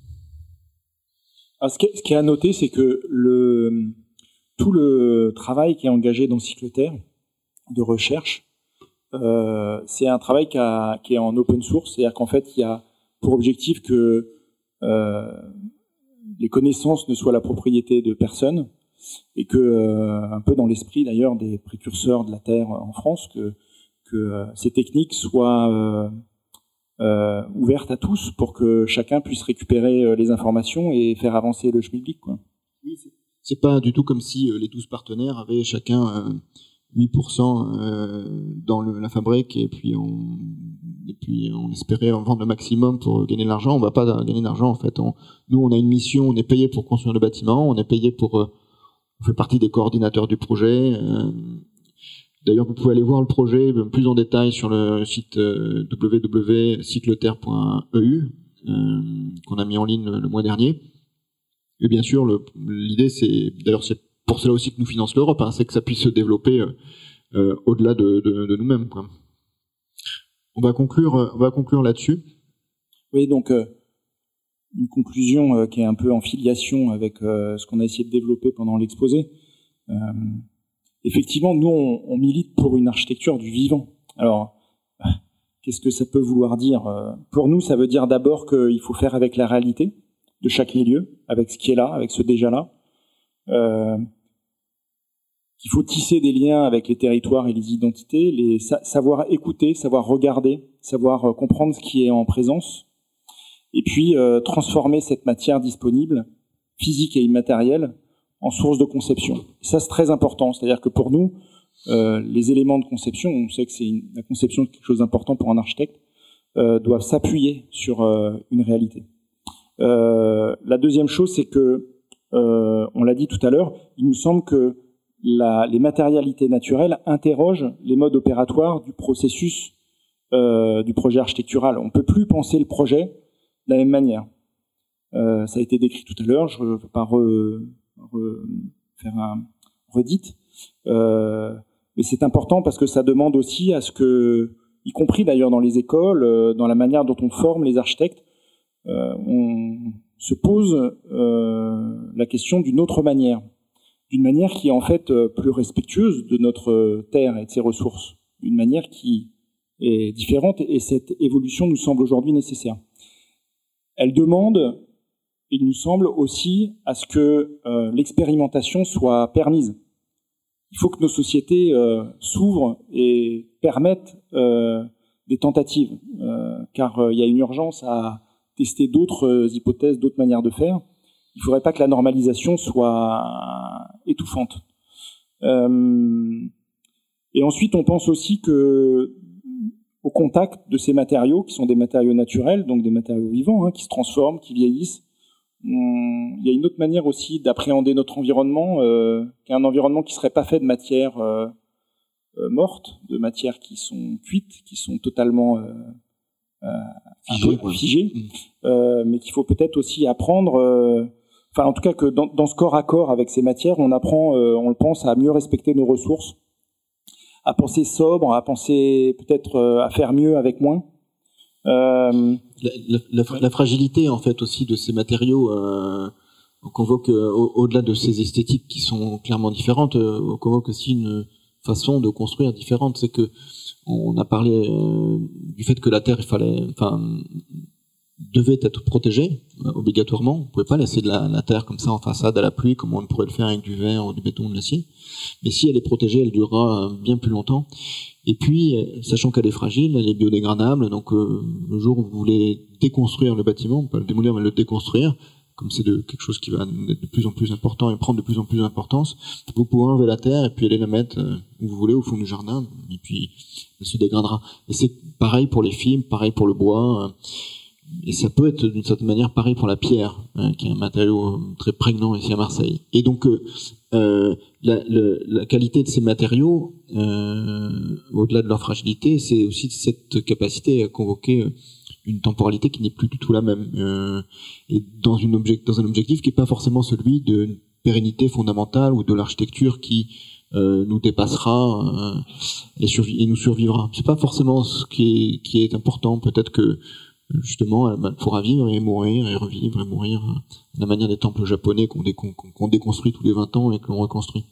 Alors, ce qui est, ce qui est à noter, c'est que le, tout le travail qui est engagé dans Cycleterre de recherche, euh, c'est un travail qui, a, qui est en open source, c'est-à-dire qu'en fait, il y a pour objectif que euh, les connaissances ne soient la propriété de personne, et que, euh, un peu dans l'esprit d'ailleurs des précurseurs de la Terre en France, que, que euh, ces techniques soient euh, Euh, ouverte à tous pour que chacun puisse récupérer euh, les informations et faire avancer le schmilblick, quoi. Oui, c'est, c'est pas du tout comme si euh, les douze partenaires avaient chacun euh, huit pour cent euh, dans le, la fabrique et puis on et puis on espérait en vendre le maximum pour gagner de l'argent. On va pas gagner d'argent en fait. On, nous, on a une mission, on est payé pour construire le bâtiment, on est payé pour, euh, on fait partie des coordinateurs du projet. Euh, D'ailleurs, vous pouvez aller voir le projet plus en détail sur le site w w w point cycleterre point e u euh, qu'on a mis en ligne le, le mois dernier. Et bien sûr, le, l'idée, c'est d'ailleurs c'est pour cela aussi que nous finance l'Europe, hein, c'est que ça puisse se développer euh, euh, au-delà de, de, de nous-mêmes, quoi. On va conclure, on va conclure là-dessus. Oui, donc euh, une conclusion euh, qui est un peu en filiation avec euh, ce qu'on a essayé de développer pendant l'exposé. Euh, Effectivement, nous, on, on milite pour une architecture du vivant. Alors, qu'est-ce que ça peut vouloir dire ? Pour nous, ça veut dire d'abord qu'il faut faire avec la réalité de chaque milieu, avec ce qui est là, avec ce déjà là. Euh, qu'il faut tisser des liens avec les territoires et les identités, les sa- savoir écouter, savoir regarder, savoir comprendre ce qui est en présence, et puis euh, transformer cette matière disponible, physique et immatérielle, en source de conception. Et ça, c'est très important. C'est-à-dire que pour nous, euh, les éléments de conception, on sait que c'est une, la conception est quelque chose d'important pour un architecte, euh, doivent s'appuyer sur euh, une réalité. Euh, la deuxième chose, c'est que, euh, on l'a dit tout à l'heure, il nous semble que la, les matérialités naturelles interrogent les modes opératoires du processus euh, du projet architectural. On ne peut plus penser le projet de la même manière. Euh, ça a été décrit tout à l'heure, je ne veux pas re, re, faire un redite, euh, mais c'est important parce que ça demande aussi à ce que, y compris d'ailleurs dans les écoles, euh, dans la manière dont on forme les architectes, euh, on se pose euh, la question d'une autre manière, d'une manière qui est en fait plus respectueuse de notre terre et de ses ressources, une manière qui est différente, et cette évolution nous semble aujourd'hui nécessaire. Elle demande, il nous semble aussi, à ce que euh, l'expérimentation soit permise. Il faut que nos sociétés euh, s'ouvrent et permettent euh, des tentatives, euh, car euh, il y a une urgence à tester d'autres euh, hypothèses, d'autres manières de faire. Il ne faudrait pas que la normalisation soit étouffante. Euh, et ensuite, on pense aussi que, au contact de ces matériaux, qui sont des matériaux naturels, donc des matériaux vivants, hein, qui se transforment, qui vieillissent, on, il y a une autre manière aussi d'appréhender notre environnement, euh, qui est un environnement qui ne serait pas fait de matières euh, euh, mortes, de matières qui sont cuites, qui sont totalement euh, euh, figées, ah, figées mmh. euh, mais qu'il faut peut-être aussi apprendre, euh, enfin en tout cas que dans, dans ce corps à corps avec ces matières, on apprend, euh, on le pense, à mieux respecter nos ressources, à penser sobre, à penser peut-être euh, à faire mieux avec moins. Euh, la, la, la, la fragilité en fait aussi de ces matériaux euh, on convoque euh, au, au-delà de ces esthétiques qui sont clairement différentes, euh, on convoque aussi une façon de construire différente. C'est que on a parlé euh, du fait que la terre il fallait, enfin, devait être protégée euh, obligatoirement. On pouvait pas laisser de la, la terre comme ça en façade à la pluie comme on pourrait le faire avec du verre ou du béton ou de l'acier. Mais si elle est protégée, elle durera bien plus longtemps. Et puis, sachant qu'elle est fragile, elle est biodégradable, donc euh, le jour où vous voulez déconstruire le bâtiment, pas le démolir mais le déconstruire, comme c'est de quelque chose qui va être de plus en plus important et prendre de plus en plus d'importance, vous pouvez enlever la terre et puis aller la mettre où vous voulez, au fond du jardin, et puis elle se dégradera. Et c'est pareil pour les fibres, pareil pour le bois, et ça peut être d'une certaine manière pareil pour la pierre, hein, qui est un matériau très prégnant ici à Marseille. Et donc, euh, euh, la, le, la qualité de ces matériaux, euh, au-delà de leur fragilité, c'est aussi cette capacité à convoquer une temporalité qui n'est plus du tout la même, euh, et dans, une object, dans un objectif qui n'est pas forcément celui d'une pérennité fondamentale ou de l'architecture qui euh, nous dépassera euh, et, survi- et nous survivra. C'est pas forcément ce qui est, qui est important. Peut-être que justement, elle pourra vivre et mourir et revivre et mourir, la manière des temples japonais qu'on, décon- qu'on déconstruit tous les vingt ans et qu'on reconstruit.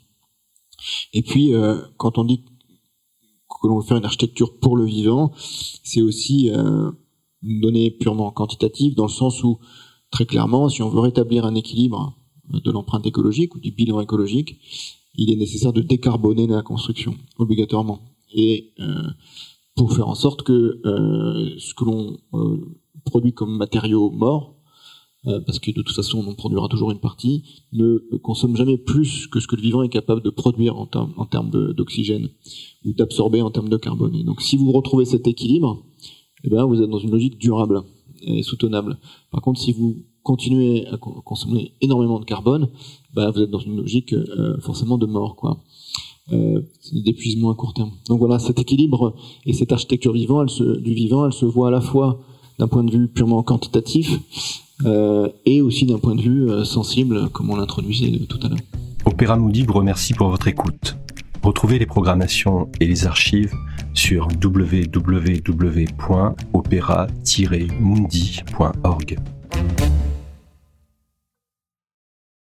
Et puis, euh, quand on dit que l'on veut faire une architecture pour le vivant, c'est aussi euh, une donnée purement quantitative, dans le sens où, très clairement, si on veut rétablir un équilibre de l'empreinte écologique ou du bilan écologique, il est nécessaire de décarboner la construction, obligatoirement. Et euh, pour faire en sorte que euh, ce que l'on euh, produit comme matériaux morts, euh, parce que de toute façon on en produira toujours une partie, ne consomme jamais plus que ce que le vivant est capable de produire en, term- en termes de, d'oxygène ou d'absorber en termes de carbone. Et donc si vous retrouvez cet équilibre, eh ben, vous êtes dans une logique durable et soutenable. Par contre, si vous continuez à co- consommer énormément de carbone, ben, vous êtes dans une logique euh, forcément de mort, quoi. Euh, d'épuisement à court terme. Donc voilà, cet équilibre et cette architecture vivant, elle se, du vivant, elle se voit à la fois d'un point de vue purement quantitatif euh, et aussi d'un point de vue euh, sensible, comme on l'introduisait tout à l'heure. Opéra Mundi vous remercie pour votre écoute. Retrouvez les programmations et les archives sur w w w point opéra tiret mundi point org.